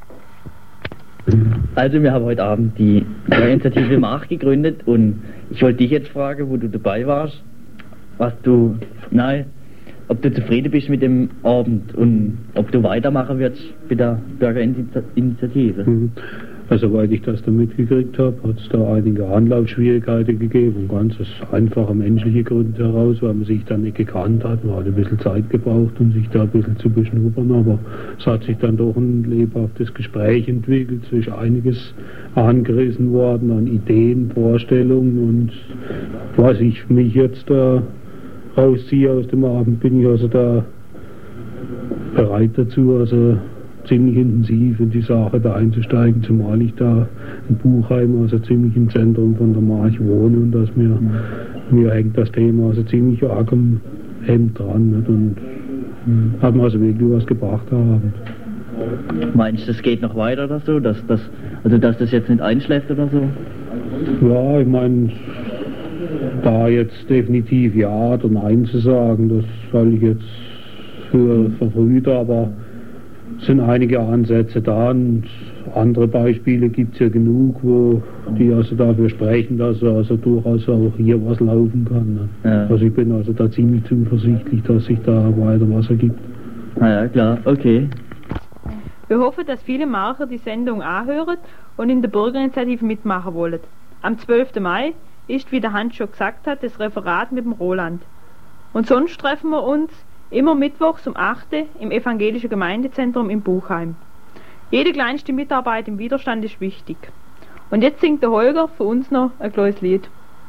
Also wir haben heute Abend die Initiative Mach gegründet und ich wollte dich jetzt fragen, wo du dabei warst, was du, nein, ob du zufrieden bist mit dem Abend und ob du weitermachen wirst mit der Bürgerinitiative. Also, soweit ich das da mitgekriegt habe, hat es da einige Anlaufschwierigkeiten gegeben, ganz aus einfachen menschlichen Gründen heraus, weil man sich dann nicht gekannt hat. Man hat ein bisschen Zeit gebraucht, um sich da ein bisschen zu beschnuppern, aber es hat sich dann doch ein lebhaftes Gespräch entwickelt, zwischen einiges angerissen worden an Ideen, Vorstellungen und was ich mich jetzt da rausziehe aus dem Abend, bin ich also da bereit dazu, also ziemlich intensiv in die Sache da einzusteigen, zumal ich da in Buchheim, also ziemlich im Zentrum von der March wohne und dass mir, mhm. mir hängt das Thema also ziemlich arg am Hemd dran nicht? Und mhm. hat mir also wirklich was gebracht haben. Meinst du, das geht noch weiter oder so, dass das, also dass das jetzt nicht einschläft oder so? Ja, ich meine, da jetzt definitiv ja oder nein zu sagen, das soll ich jetzt für verfrüht, aber es sind einige Ansätze da und andere Beispiele gibt es ja genug, wo die also dafür sprechen, dass also durchaus auch hier was laufen kann. Ne? Ja. Also ich bin also da ziemlich zuversichtlich, dass sich da weiter was ergibt. Na ja, klar, okay. Wir hoffen, dass viele Marker die Sendung anhören und in der Bürgerinitiative mitmachen wollen. Am zwölften Mai ist, wie der Hans schon gesagt hat, das Referat mit dem Roland. Und sonst treffen wir uns immer mittwochs um acht Uhr im evangelischen Gemeindezentrum in Buchheim. Jede kleinste Mitarbeit im Widerstand ist wichtig. Und jetzt singt der Holger für uns noch ein kleines Lied.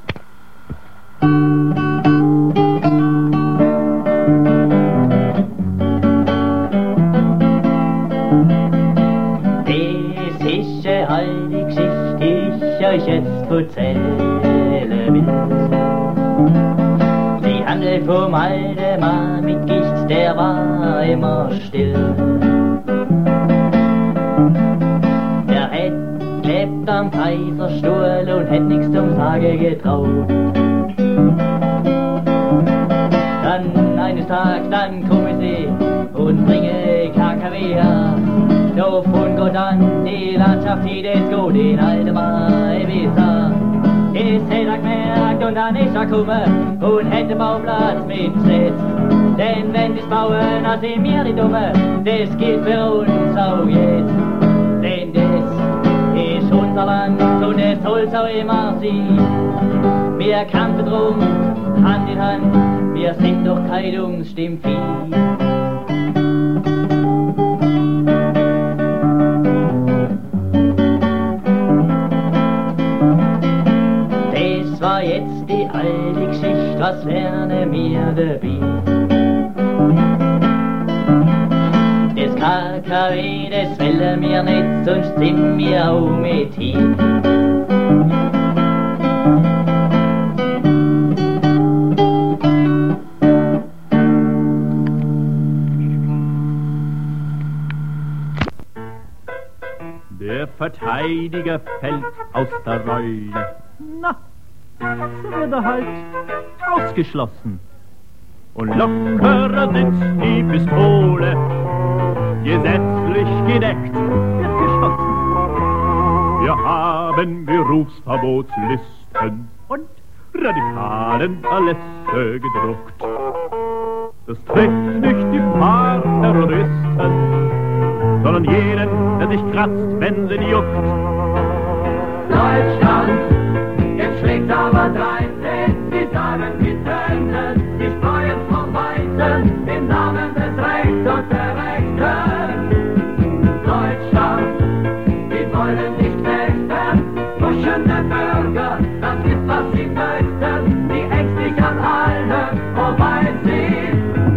Das ist eine alte Geschichte, die ich euch jetzt erzählen will. Sie handelt vom alten Mann mit Gicht, der war immer still. Der hätt gelebt am Kaiserstuhl und hätt nix zum Sagen getraut. Dann eines Tages, dann komme sie und bringe K K W her. Doch von Gott an die Landschaft, die das gut, den alten Mann besser. das hätte er gemerkt und dann ist er gekommen und hätte den Bauplatz mitgesetzt. Denn wenn wie's bauen, dann sind wir die Dumme, das gilt für uns auch jetzt. Denn das ist unser Land und es soll's auch immer sein. Wir kämpfen drum, Hand in Hand, wir sind doch kein Umstimmvieh. Das war jetzt die alte Geschichte, was lernen wir dabei? Das K K W, das wollen wir nicht, sonst sind wir auch mit hin. Der Verteidiger fällt aus der Rolle. Na, so wird er halt ausgeschlossen. Und lockerer sitzt die Pistole. Gesetzlich gedeckt wird geschossen. Wir haben Berufsverbotslisten und radikalen Erlässe gedruckt. Das trifft nicht die paar Terroristen, sondern jeden, der sich kratzt, wenn sie juckt. Deutschland, jetzt schlägt aber dreizehn, sie sagen getötet, sie streuen vom Weißen im Namen des Rechts und der Rechten. Deutschland, wir wollen nicht knechten, pushende Bürger, das ist was sie möchten, die ängstlich an allem vorbeiziehen.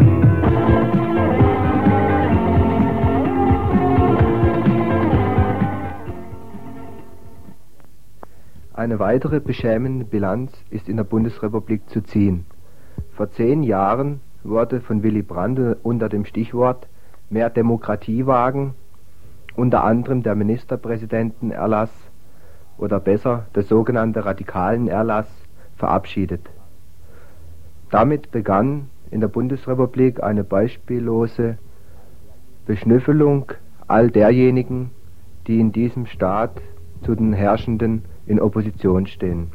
Eine weitere beschämende Bilanz ist in der Bundesrepublik zu ziehen. Vor zehn Jahren wurde von Willy Brandt unter dem Stichwort mehr Demokratie wagen, unter anderem der Ministerpräsidentenerlass oder besser der sogenannte Radikalenerlass verabschiedet. Damit begann in der Bundesrepublik eine beispiellose Beschnüffelung all derjenigen, die in diesem Staat zu den Herrschenden in Opposition stehen.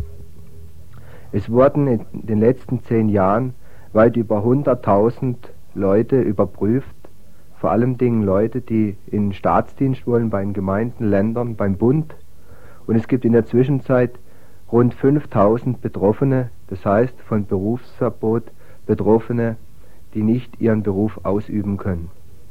Es wurden in den letzten zehn Jahren weit über hunderttausend Leute überprüft, vor allem Dingen Leute, die in den Staatsdienst wollen, bei den Gemeinden, Ländern, beim Bund. Und es gibt in der Zwischenzeit rund fünftausend Betroffene, das heißt von Berufsverbot Betroffene, die nicht ihren Beruf ausüben können.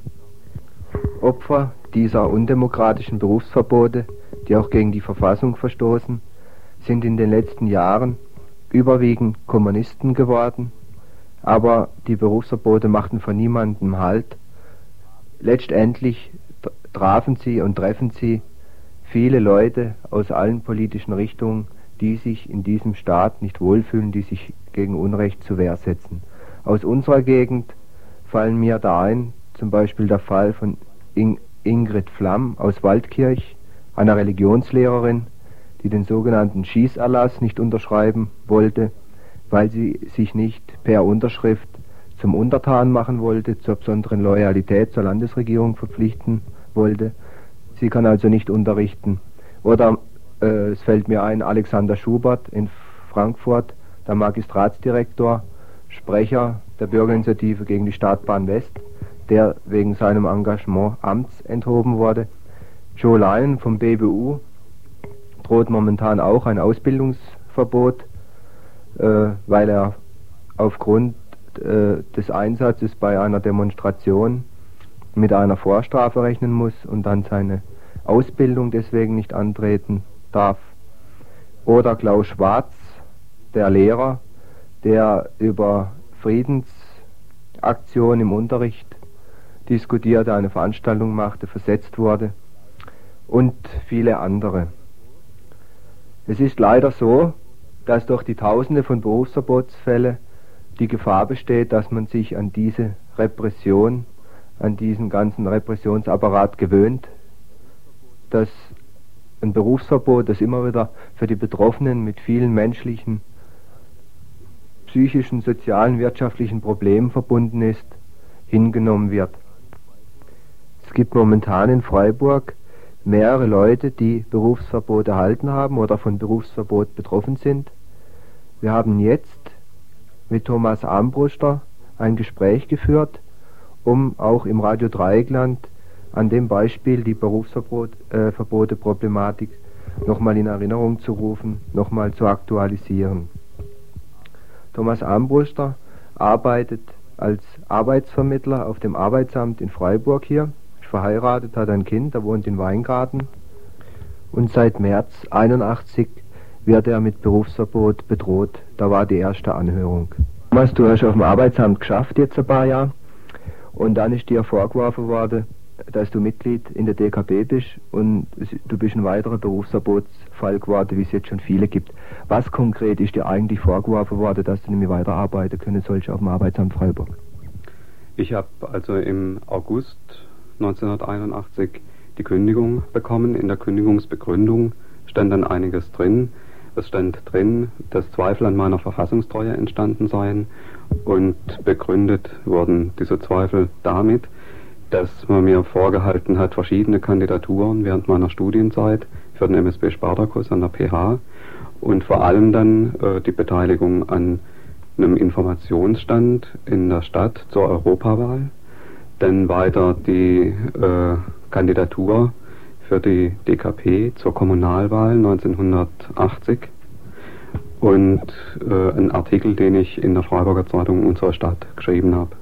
Opfer dieser undemokratischen Berufsverbote, die auch gegen die Verfassung verstoßen, sind in den letzten Jahren überwiegend Kommunisten geworden, aber die Berufsverbote machten von niemandem Halt. Letztendlich trafen sie und treffen sie viele Leute aus allen politischen Richtungen, die sich in diesem Staat nicht wohlfühlen, die sich gegen Unrecht zur Wehr setzen. Aus unserer Gegend fallen mir da ein, zum Beispiel der Fall von In- Ingrid Flamm aus Waldkirch, einer Religionslehrerin, die den sogenannten Schießerlass nicht unterschreiben wollte, weil sie sich nicht per Unterschrift zum Untertan machen wollte, zur besonderen Loyalität zur Landesregierung verpflichten wollte. Sie kann also nicht unterrichten. Oder äh, es fällt mir ein, Alexander Schubert in Frankfurt, der Magistratsdirektor, Sprecher der Bürgerinitiative gegen die Stadtbahn West, der wegen seinem Engagement amtsenthoben wurde. Joe Lyon vom B B U droht momentan auch ein Ausbildungsverbot, äh, weil er aufgrund äh, des Einsatzes bei einer Demonstration mit einer Vorstrafe rechnen muss und dann seine Ausbildung deswegen nicht antreten darf. Oder Klaus Schwarz, der Lehrer, der über Friedensaktion im Unterricht diskutierte, eine Veranstaltung machte, versetzt wurde, und viele andere. Es ist leider so, dass durch die Tausende von Berufsverbotsfällen die Gefahr besteht, dass man sich an diese Repression, an diesen ganzen Repressionsapparat gewöhnt, dass ein Berufsverbot, das immer wieder für die Betroffenen mit vielen menschlichen, psychischen, sozialen, wirtschaftlichen Problemen verbunden ist, hingenommen wird. Es gibt momentan in Freiburg mehrere Leute, die Berufsverbot erhalten haben oder von Berufsverbot betroffen sind. Wir haben jetzt mit Thomas Armbruster ein Gespräch geführt, um auch im Radio Dreieckland an dem Beispiel die Berufsverbote-Problematik äh, nochmal in Erinnerung zu rufen, nochmal zu aktualisieren. Thomas Armbruster arbeitet als Arbeitsvermittler auf dem Arbeitsamt in Freiburg hier, ist verheiratet, hat ein Kind, er wohnt in Weingarten und seit März einundachtzig wird er mit Berufsverbot bedroht. Da war die erste Anhörung. Thomas, du hast auf dem Arbeitsamt geschafft jetzt ein paar Jahre und dann ist dir vorgeworfen worden, dass du Mitglied in der D K B bist und du bist ein weiterer Berufsverbotsfall geworden, wie es jetzt schon viele gibt. Was konkret ist dir eigentlich vorgeworfen worden, dass du nicht mehr weiterarbeiten können sollst auf dem Arbeitsamt Freiburg? Ich habe also im August neunzehnhunderteinundachtzig die Kündigung bekommen. In der Kündigungsbegründung stand dann einiges drin. Es stand drin, dass Zweifel an meiner Verfassungstreue entstanden seien und begründet wurden diese Zweifel damit, dass man mir vorgehalten hat, verschiedene Kandidaturen während meiner Studienzeit für den M S B-Spartakus an der P H und vor allem dann äh, die Beteiligung an einem Informationsstand in der Stadt zur Europawahl, dann weiter die äh, Kandidatur für die D K P zur Kommunalwahl neunzehnhundertachtzig und äh, ein Artikel, den ich in der Freiburger Zeitung unserer Stadt geschrieben habe.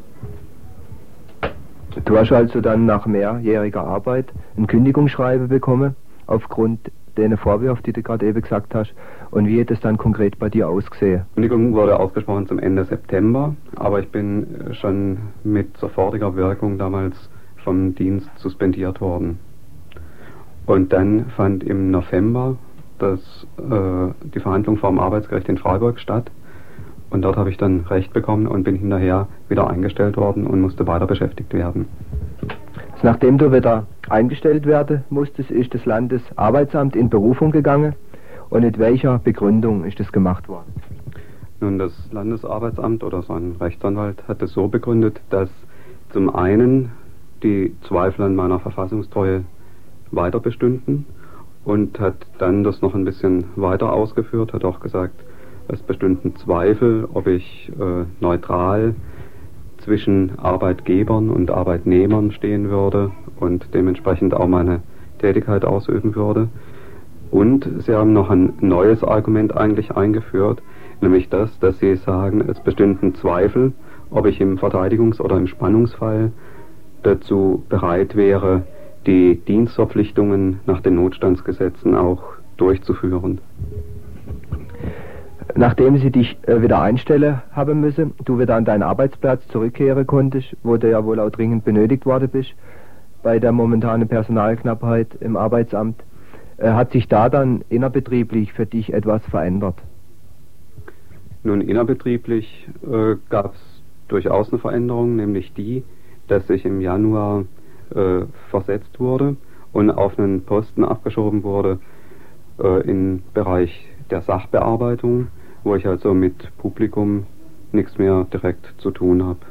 Du hast also dann nach mehrjähriger Arbeit ein Kündigungsschreiben bekommen, aufgrund der Vorwürfe, die du gerade eben gesagt hast. Und wie hat es dann konkret bei dir ausgesehen? Die Kündigung wurde ausgesprochen zum Ende September, aber ich bin schon mit sofortiger Wirkung damals vom Dienst suspendiert worden. Und dann fand im November das, äh, die Verhandlung vor dem Arbeitsgericht in Freiburg statt. Und dort habe ich dann Recht bekommen und bin hinterher wieder eingestellt worden und musste weiter beschäftigt werden. Nachdem du wieder eingestellt werden musstest, ist das Landesarbeitsamt in Berufung gegangen. Und mit welcher Begründung ist das gemacht worden? Nun, das Landesarbeitsamt oder sein Rechtsanwalt hat es so begründet, dass zum einen die Zweifel an meiner Verfassungstreue weiter bestünden und hat dann das noch ein bisschen weiter ausgeführt, hat auch gesagt, es bestünden Zweifel, ob ich äh, neutral zwischen Arbeitgebern und Arbeitnehmern stehen würde und dementsprechend auch meine Tätigkeit ausüben würde. Und sie haben noch ein neues Argument eigentlich eingeführt, nämlich das, dass sie sagen, es bestünden Zweifel, ob ich im Verteidigungs- oder im Spannungsfall dazu bereit wäre, die Dienstverpflichtungen nach den Notstandsgesetzen auch durchzuführen. Nachdem sie dich äh, wieder einstellen haben müssen, du wieder an deinen Arbeitsplatz zurückkehren konntest, wo du ja wohl auch dringend benötigt worden bist, bei der momentanen Personalknappheit im Arbeitsamt, äh, hat sich da dann innerbetrieblich für dich etwas verändert? Nun, innerbetrieblich äh, gab es durchaus eine Veränderung, nämlich die, dass ich im Januar äh, versetzt wurde und auf einen Posten abgeschoben wurde äh, im Bereich der Sachbearbeitung, wo ich also mit Publikum nichts mehr direkt zu tun habe.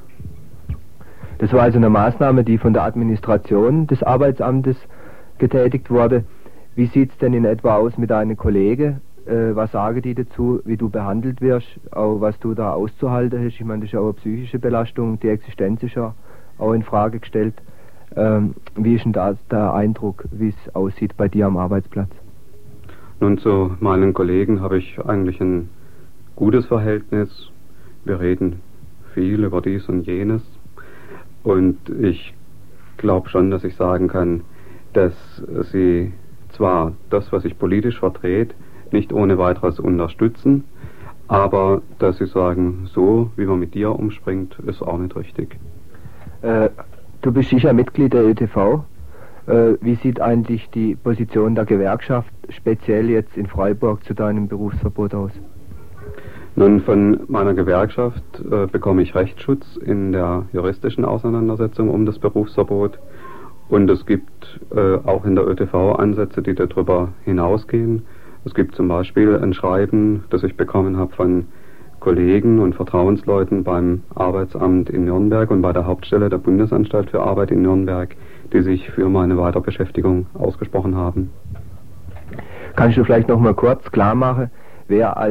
Das war also eine Maßnahme, die von der Administration des Arbeitsamtes getätigt wurde. Wie sieht es denn in etwa aus mit deinen Kollegen? Äh, was sagen die dazu, wie du behandelt wirst, auch was du da auszuhalten hast? Ich meine, das ist ja auch eine psychische Belastung, die Existenz ist ja auch in Frage gestellt. Ähm, wie ist denn da der Eindruck, wie es aussieht bei dir am Arbeitsplatz? Nun, zu meinen Kollegen habe ich eigentlich ein gutes Verhältnis. Wir reden viel über dies und jenes. Und ich glaube schon, dass ich sagen kann, dass sie zwar das, was ich politisch vertrete, nicht ohne weiteres unterstützen, aber dass sie sagen, so wie man mit dir umspringt, ist auch nicht richtig. Äh, du bist sicher Mitglied der Ö T V. Äh, wie sieht eigentlich die Position der Gewerkschaft speziell jetzt in Freiburg zu deinem Berufsverbot aus? Nun, von meiner Gewerkschaft äh, bekomme ich Rechtsschutz in der juristischen Auseinandersetzung um das Berufsverbot. Und es gibt äh, auch in der Ö T V Ansätze, die darüber hinausgehen. Es gibt zum Beispiel ein Schreiben, das ich bekommen habe von Kollegen und Vertrauensleuten beim Arbeitsamt in Nürnberg und bei der Hauptstelle der Bundesanstalt für Arbeit in Nürnberg, die sich für meine Weiterbeschäftigung ausgesprochen haben. Kannst du vielleicht noch mal kurz klar machen, wer als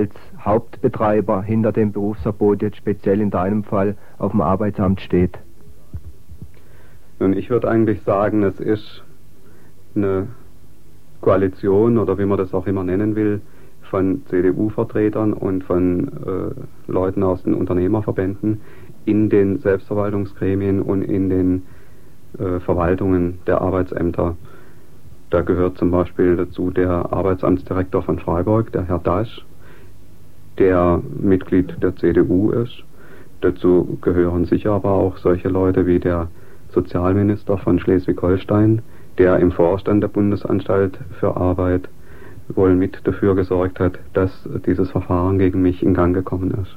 Hauptbetreiber hinter dem Berufsverbot jetzt speziell in deinem Fall auf dem Arbeitsamt steht? Nun, ich würde eigentlich sagen, es ist eine Koalition oder wie man das auch immer nennen will, von C D U-Vertretern und von äh, Leuten aus den Unternehmerverbänden in den Selbstverwaltungsgremien und in den äh, Verwaltungen der Arbeitsämter. Da gehört zum Beispiel dazu der Arbeitsamtsdirektor von Freiburg, der Herr Dasch, der Mitglied der C D U ist. Dazu gehören sicher aber auch solche Leute wie der Sozialminister von Schleswig-Holstein, der im Vorstand der Bundesanstalt für Arbeit wohl mit dafür gesorgt hat, dass dieses Verfahren gegen mich in Gang gekommen ist.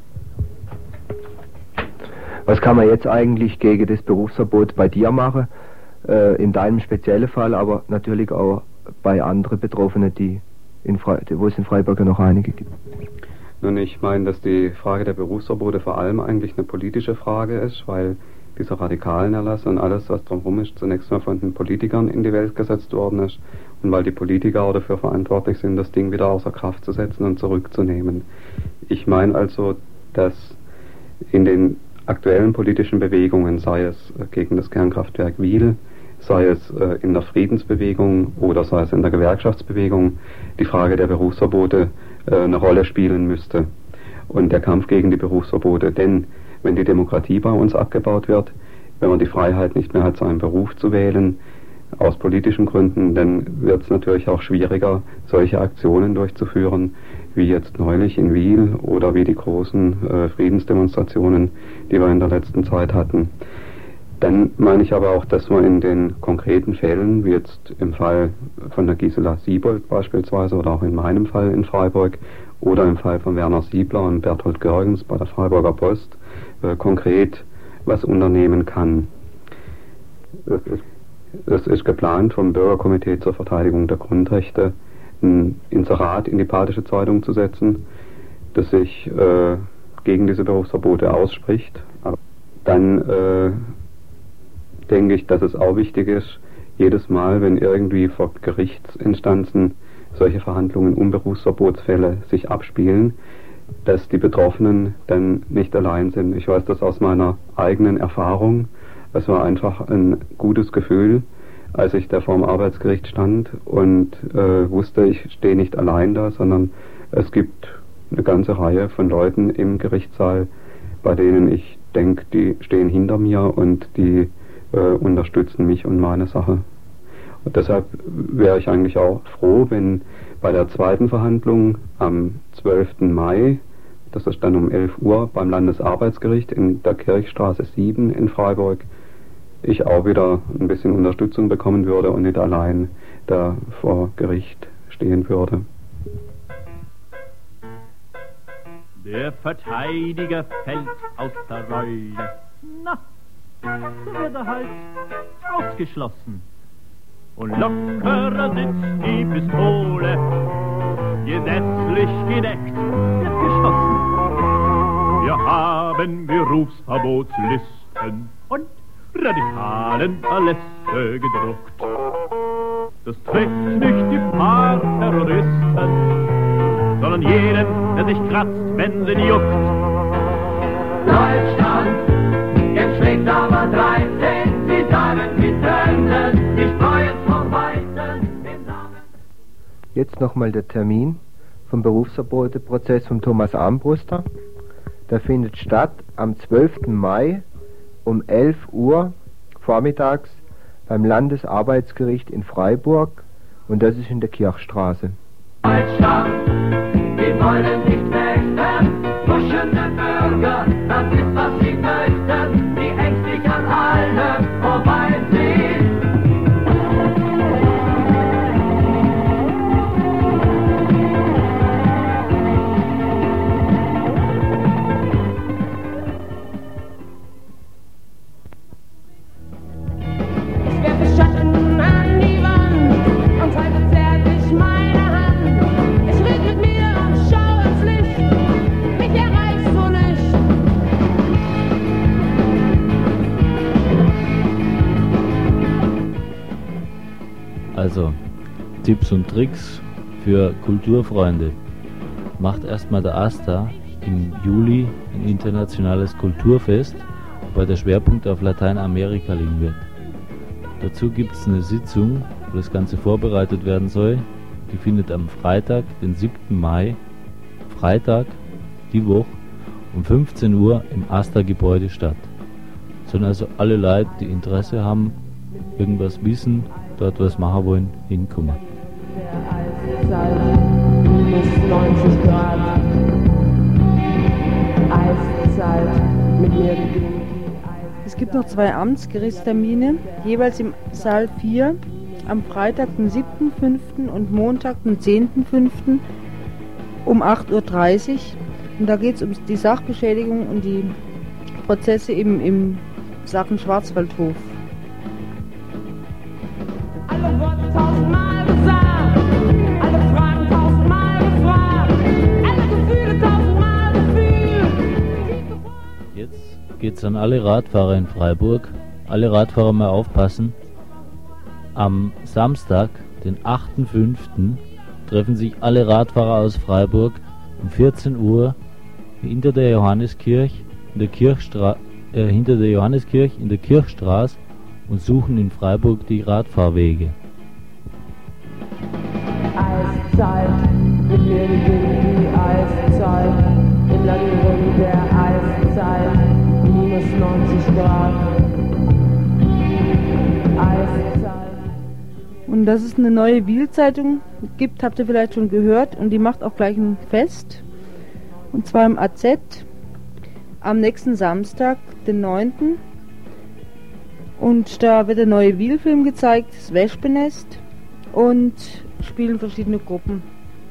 Was kann man jetzt eigentlich gegen das Berufsverbot bei dir machen, äh, in deinem speziellen Fall, aber natürlich auch bei anderen Betroffenen, die in Fre- wo es in Freiburg ja noch einige gibt? Nun, ich meine, dass die Frage der Berufsverbote vor allem eigentlich eine politische Frage ist, weil dieser radikalen Erlass und alles, was drumherum ist, zunächst mal von den Politikern in die Welt gesetzt worden ist und weil die Politiker auch dafür verantwortlich sind, das Ding wieder außer Kraft zu setzen und zurückzunehmen. Ich meine also, dass in den aktuellen politischen Bewegungen, sei es gegen das Kernkraftwerk Wiel, sei es äh, in der Friedensbewegung oder sei es in der Gewerkschaftsbewegung, die Frage der Berufsverbote äh, eine Rolle spielen müsste. Und der Kampf gegen die Berufsverbote, denn wenn die Demokratie bei uns abgebaut wird, wenn man die Freiheit nicht mehr hat, seinen Beruf zu wählen, aus politischen Gründen, dann wird es natürlich auch schwieriger, solche Aktionen durchzuführen, wie jetzt neulich in Wiel oder wie die großen äh, Friedensdemonstrationen, die wir in der letzten Zeit hatten. Dann meine ich aber auch, dass man in den konkreten Fällen, wie jetzt im Fall von der Gisela Siebold beispielsweise oder auch in meinem Fall in Freiburg oder im Fall von Werner Siebler und Berthold Görgens bei der Freiburger Post, äh, konkret was unternehmen kann. Es ist, es ist geplant vom Bürgerkomitee zur Verteidigung der Grundrechte ein Inserat in die Badische Zeitung zu setzen, das sich äh, gegen diese Berufsverbote ausspricht. Aber dann äh, denke ich, dass es auch wichtig ist, jedes Mal, wenn irgendwie vor Gerichtsinstanzen solche Verhandlungen um Berufsverbotsfälle sich abspielen, dass die Betroffenen dann nicht allein sind. Ich weiß das aus meiner eigenen Erfahrung. Es war einfach ein gutes Gefühl, als ich da vor dem Arbeitsgericht stand und äh, wusste, ich stehe nicht allein da, sondern es gibt eine ganze Reihe von Leuten im Gerichtssaal, bei denen ich denke, die stehen hinter mir und die äh, unterstützen mich und meine Sache. Und deshalb wäre ich eigentlich auch froh, wenn bei der zweiten Verhandlung am zwölften Mai, das ist dann um elf Uhr beim Landesarbeitsgericht in der Kirchstraße sieben in Freiburg, ich auch wieder ein bisschen Unterstützung bekommen würde und nicht allein da vor Gericht stehen würde. Der Verteidiger fällt aus der Rolle. Na, so wird er halt ausgeschlossen. Und lockerer sitzt die Pistole, gesetzlich gedeckt wird geschossen. Wir haben Berufsverbotslisten und radikalen Erlässe gedruckt. Das trifft nicht die paar Terroristen, sondern jeden, der sich kratzt, wenn sie juckt. Deutschland, jetzt schlägt aber dreizehn, sie sagen, wir können die Steuern verweisen. Jetzt nochmal der Termin vom Berufsverboteprozess von Thomas Armbruster. Der findet statt am zwölften Mai um elf Uhr vormittags beim Landesarbeitsgericht in Freiburg und das ist in der Kirchstraße. Deutschland, wir wollen nicht möchten, pushende Bürger, das ist was sie möchten, die ängstlich an allem vorbeiziehen. Ich werfe Schatten an die Wand und halte zärtlich meine Hand. Es regnet mir und schau ins Licht, mich erreichst du nicht. Also, Tipps und Tricks für Kulturfreunde. macht erstmal der AStA im Juli ein internationales Kulturfest, wobei der Schwerpunkt auf Lateinamerika liegen wird. Dazu gibt es eine Sitzung, wo das Ganze vorbereitet werden soll. Die findet am Freitag, den siebten Mai, Freitag, die Woche, um fünfzehn Uhr im AStA-Gebäude statt. Sollen also alle Leute, die Interesse haben, irgendwas wissen, dort was machen wollen, hinkommen. Eiszeit, minus neunzig Grad. Eiszeit, mit mir beginnt. Es gibt noch zwei Amtsgerichtstermine, jeweils im Saal vier, am Freitag, den siebten fünften und Montag, den zehnten fünften um acht Uhr dreißig. Und da geht es um die Sachbeschädigung und die Prozesse im, im Sachen Schwarzwaldhof. Alle Worte tausendmal gesagt, alle Fragen tausendmal gefragt, alle Gefühle tausendmal gefühlt. Jetzt geht's an alle Radfahrer in Freiburg. Alle Radfahrer mal aufpassen. Am Samstag, den achten fünften treffen sich alle Radfahrer aus Freiburg um vierzehn Uhr hinter der Johanneskirche in der Kirchstra äh, hinter der Johanneskirche in der Kirchstraße und suchen in Freiburg die Radfahrwege. Eiszeit, mit mir beginnt die Eiszeit, in der Dürre der Eiszeit, minus neunzig Grad. Eiszeit. Und dass es eine neue Wiel-Zeitung gibt, habt ihr vielleicht schon gehört, und die macht auch gleich ein Fest. Und zwar im A Z am nächsten Samstag, den neunten Und da wird der neue Wiel-Film gezeigt, das Wespenest, und spielen verschiedene Gruppen.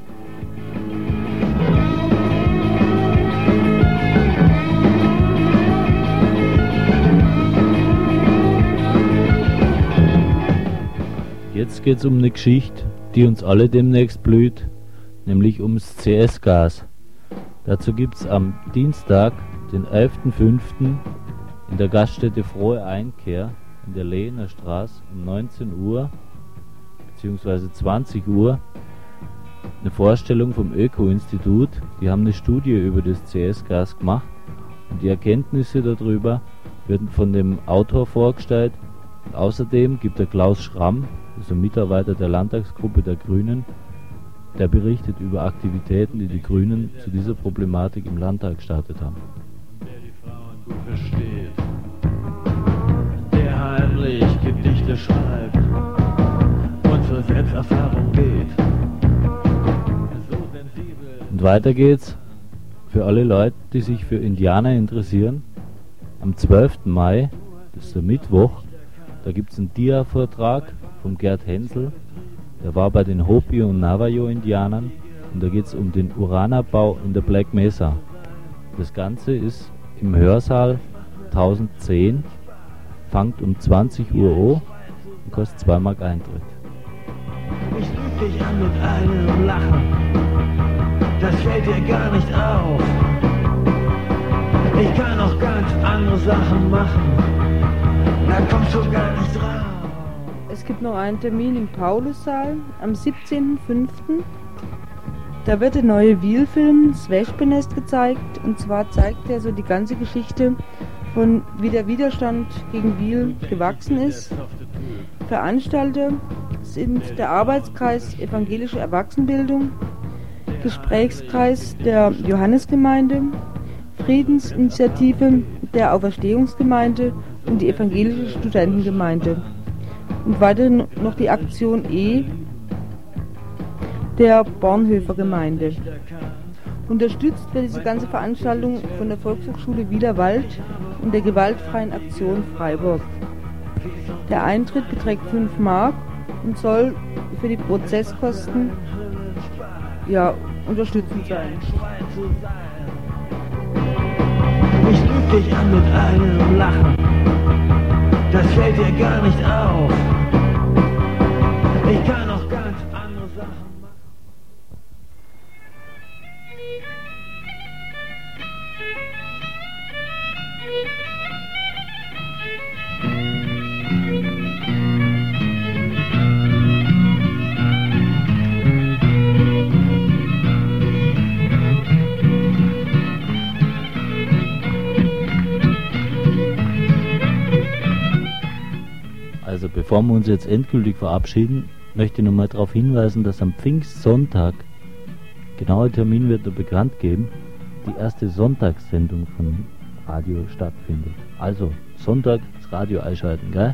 Jetzt geht es um eine Geschichte, die uns alle demnächst blüht, nämlich ums C S-Gas. Dazu gibt es am Dienstag, den elften fünften in der Gaststätte Frohe Einkehr in der Lehener Straße um neunzehn Uhr bzw. zwanzig Uhr eine Vorstellung vom Öko-Institut. Die haben eine Studie über das C S-Gas gemacht und die Erkenntnisse darüber werden von dem Autor vorgestellt. Und außerdem gibt der Klaus Schramm, also Mitarbeiter der Landtagsgruppe der Grünen, der berichtet über Aktivitäten, die die Grünen zu dieser Problematik im Landtag gestartet haben. Der die Frauen gut versteht, der heimlich Gedichte schreibt und zur Selbsterfahrung geht. So sensibel. Und weiter geht's für alle Leute, die sich für Indianer interessieren. Am zwölften Mai, das ist der Mittwoch, da gibt es einen Dia-Vortrag von Gerd Hensel. Der war bei den Hopi- und Navajo-Indianern und da geht es um den Uranabbau in der Black Mesa. Das Ganze ist im Hörsaal tausendzehn, fängt um zwanzig Uhr an und kostet zwei Mark Eintritt. Ich lüg dich an mit einem Lachen, das fällt dir gar nicht auf. Ich kann auch ganz andere Sachen machen, da kommst du gar nicht drauf. Es gibt noch einen Termin im Paulussaal am siebzehnten fünften Da wird der neue Wiel-Film, das Wespenest, gezeigt. Und zwar zeigt er so die ganze Geschichte von wie der Widerstand gegen Wiel gewachsen ist. Veranstalter sind der Arbeitskreis Evangelische Erwachsenenbildung, Gesprächskreis der Johannesgemeinde, Friedensinitiative der Auferstehungsgemeinde und die Evangelische Studentengemeinde. Und weiter noch die Aktion E der Bornhöfer Gemeinde. Unterstützt wird diese ganze Veranstaltung von der Volkshochschule Wielerwald und der Gewaltfreien Aktion Freiburg. Der Eintritt beträgt fünf Mark und soll für die Prozesskosten ja, unterstützend sein. Ich lüg dich an mit einem Lachen, das fällt dir gar nicht auf. Ich kann auch ganz andere Sachen machen. bevor wir uns jetzt endgültig verabschieden, möchte ich nochmal darauf hinweisen, dass am Pfingstsonntag, genauer Termin wird er bekannt geben, die erste Sonntagssendung von Radio stattfindet. Also Sonntag das Radio einschalten, gell?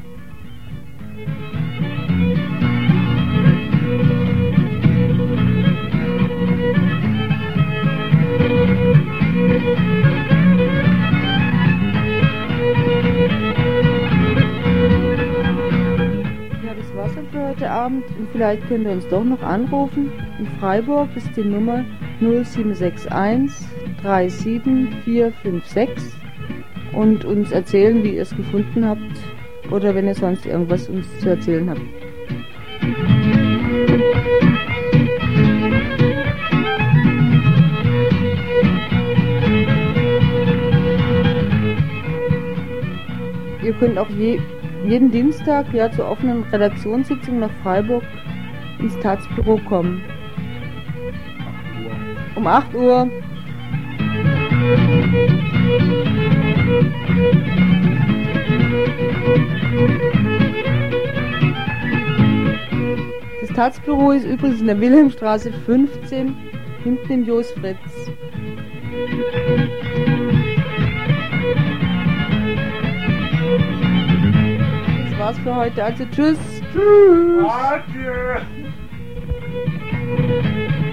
Für heute Abend und vielleicht könnt ihr uns doch noch anrufen. In Freiburg ist die Nummer null sieben sechs eins drei sieben vier fünf sechs und uns erzählen, wie ihr es gefunden habt oder wenn ihr sonst irgendwas uns zu erzählen habt. Ihr könnt auch je jeden Dienstag ja zur offenen Redaktionssitzung nach Freiburg ins Taz-Büro kommen. Um acht Uhr. Das Taz-Büro ist übrigens in der Wilhelmstraße fünfzehn, hinten im Jos Fritz. Das war's für heute, also tschüss. Tschüss. Adieu.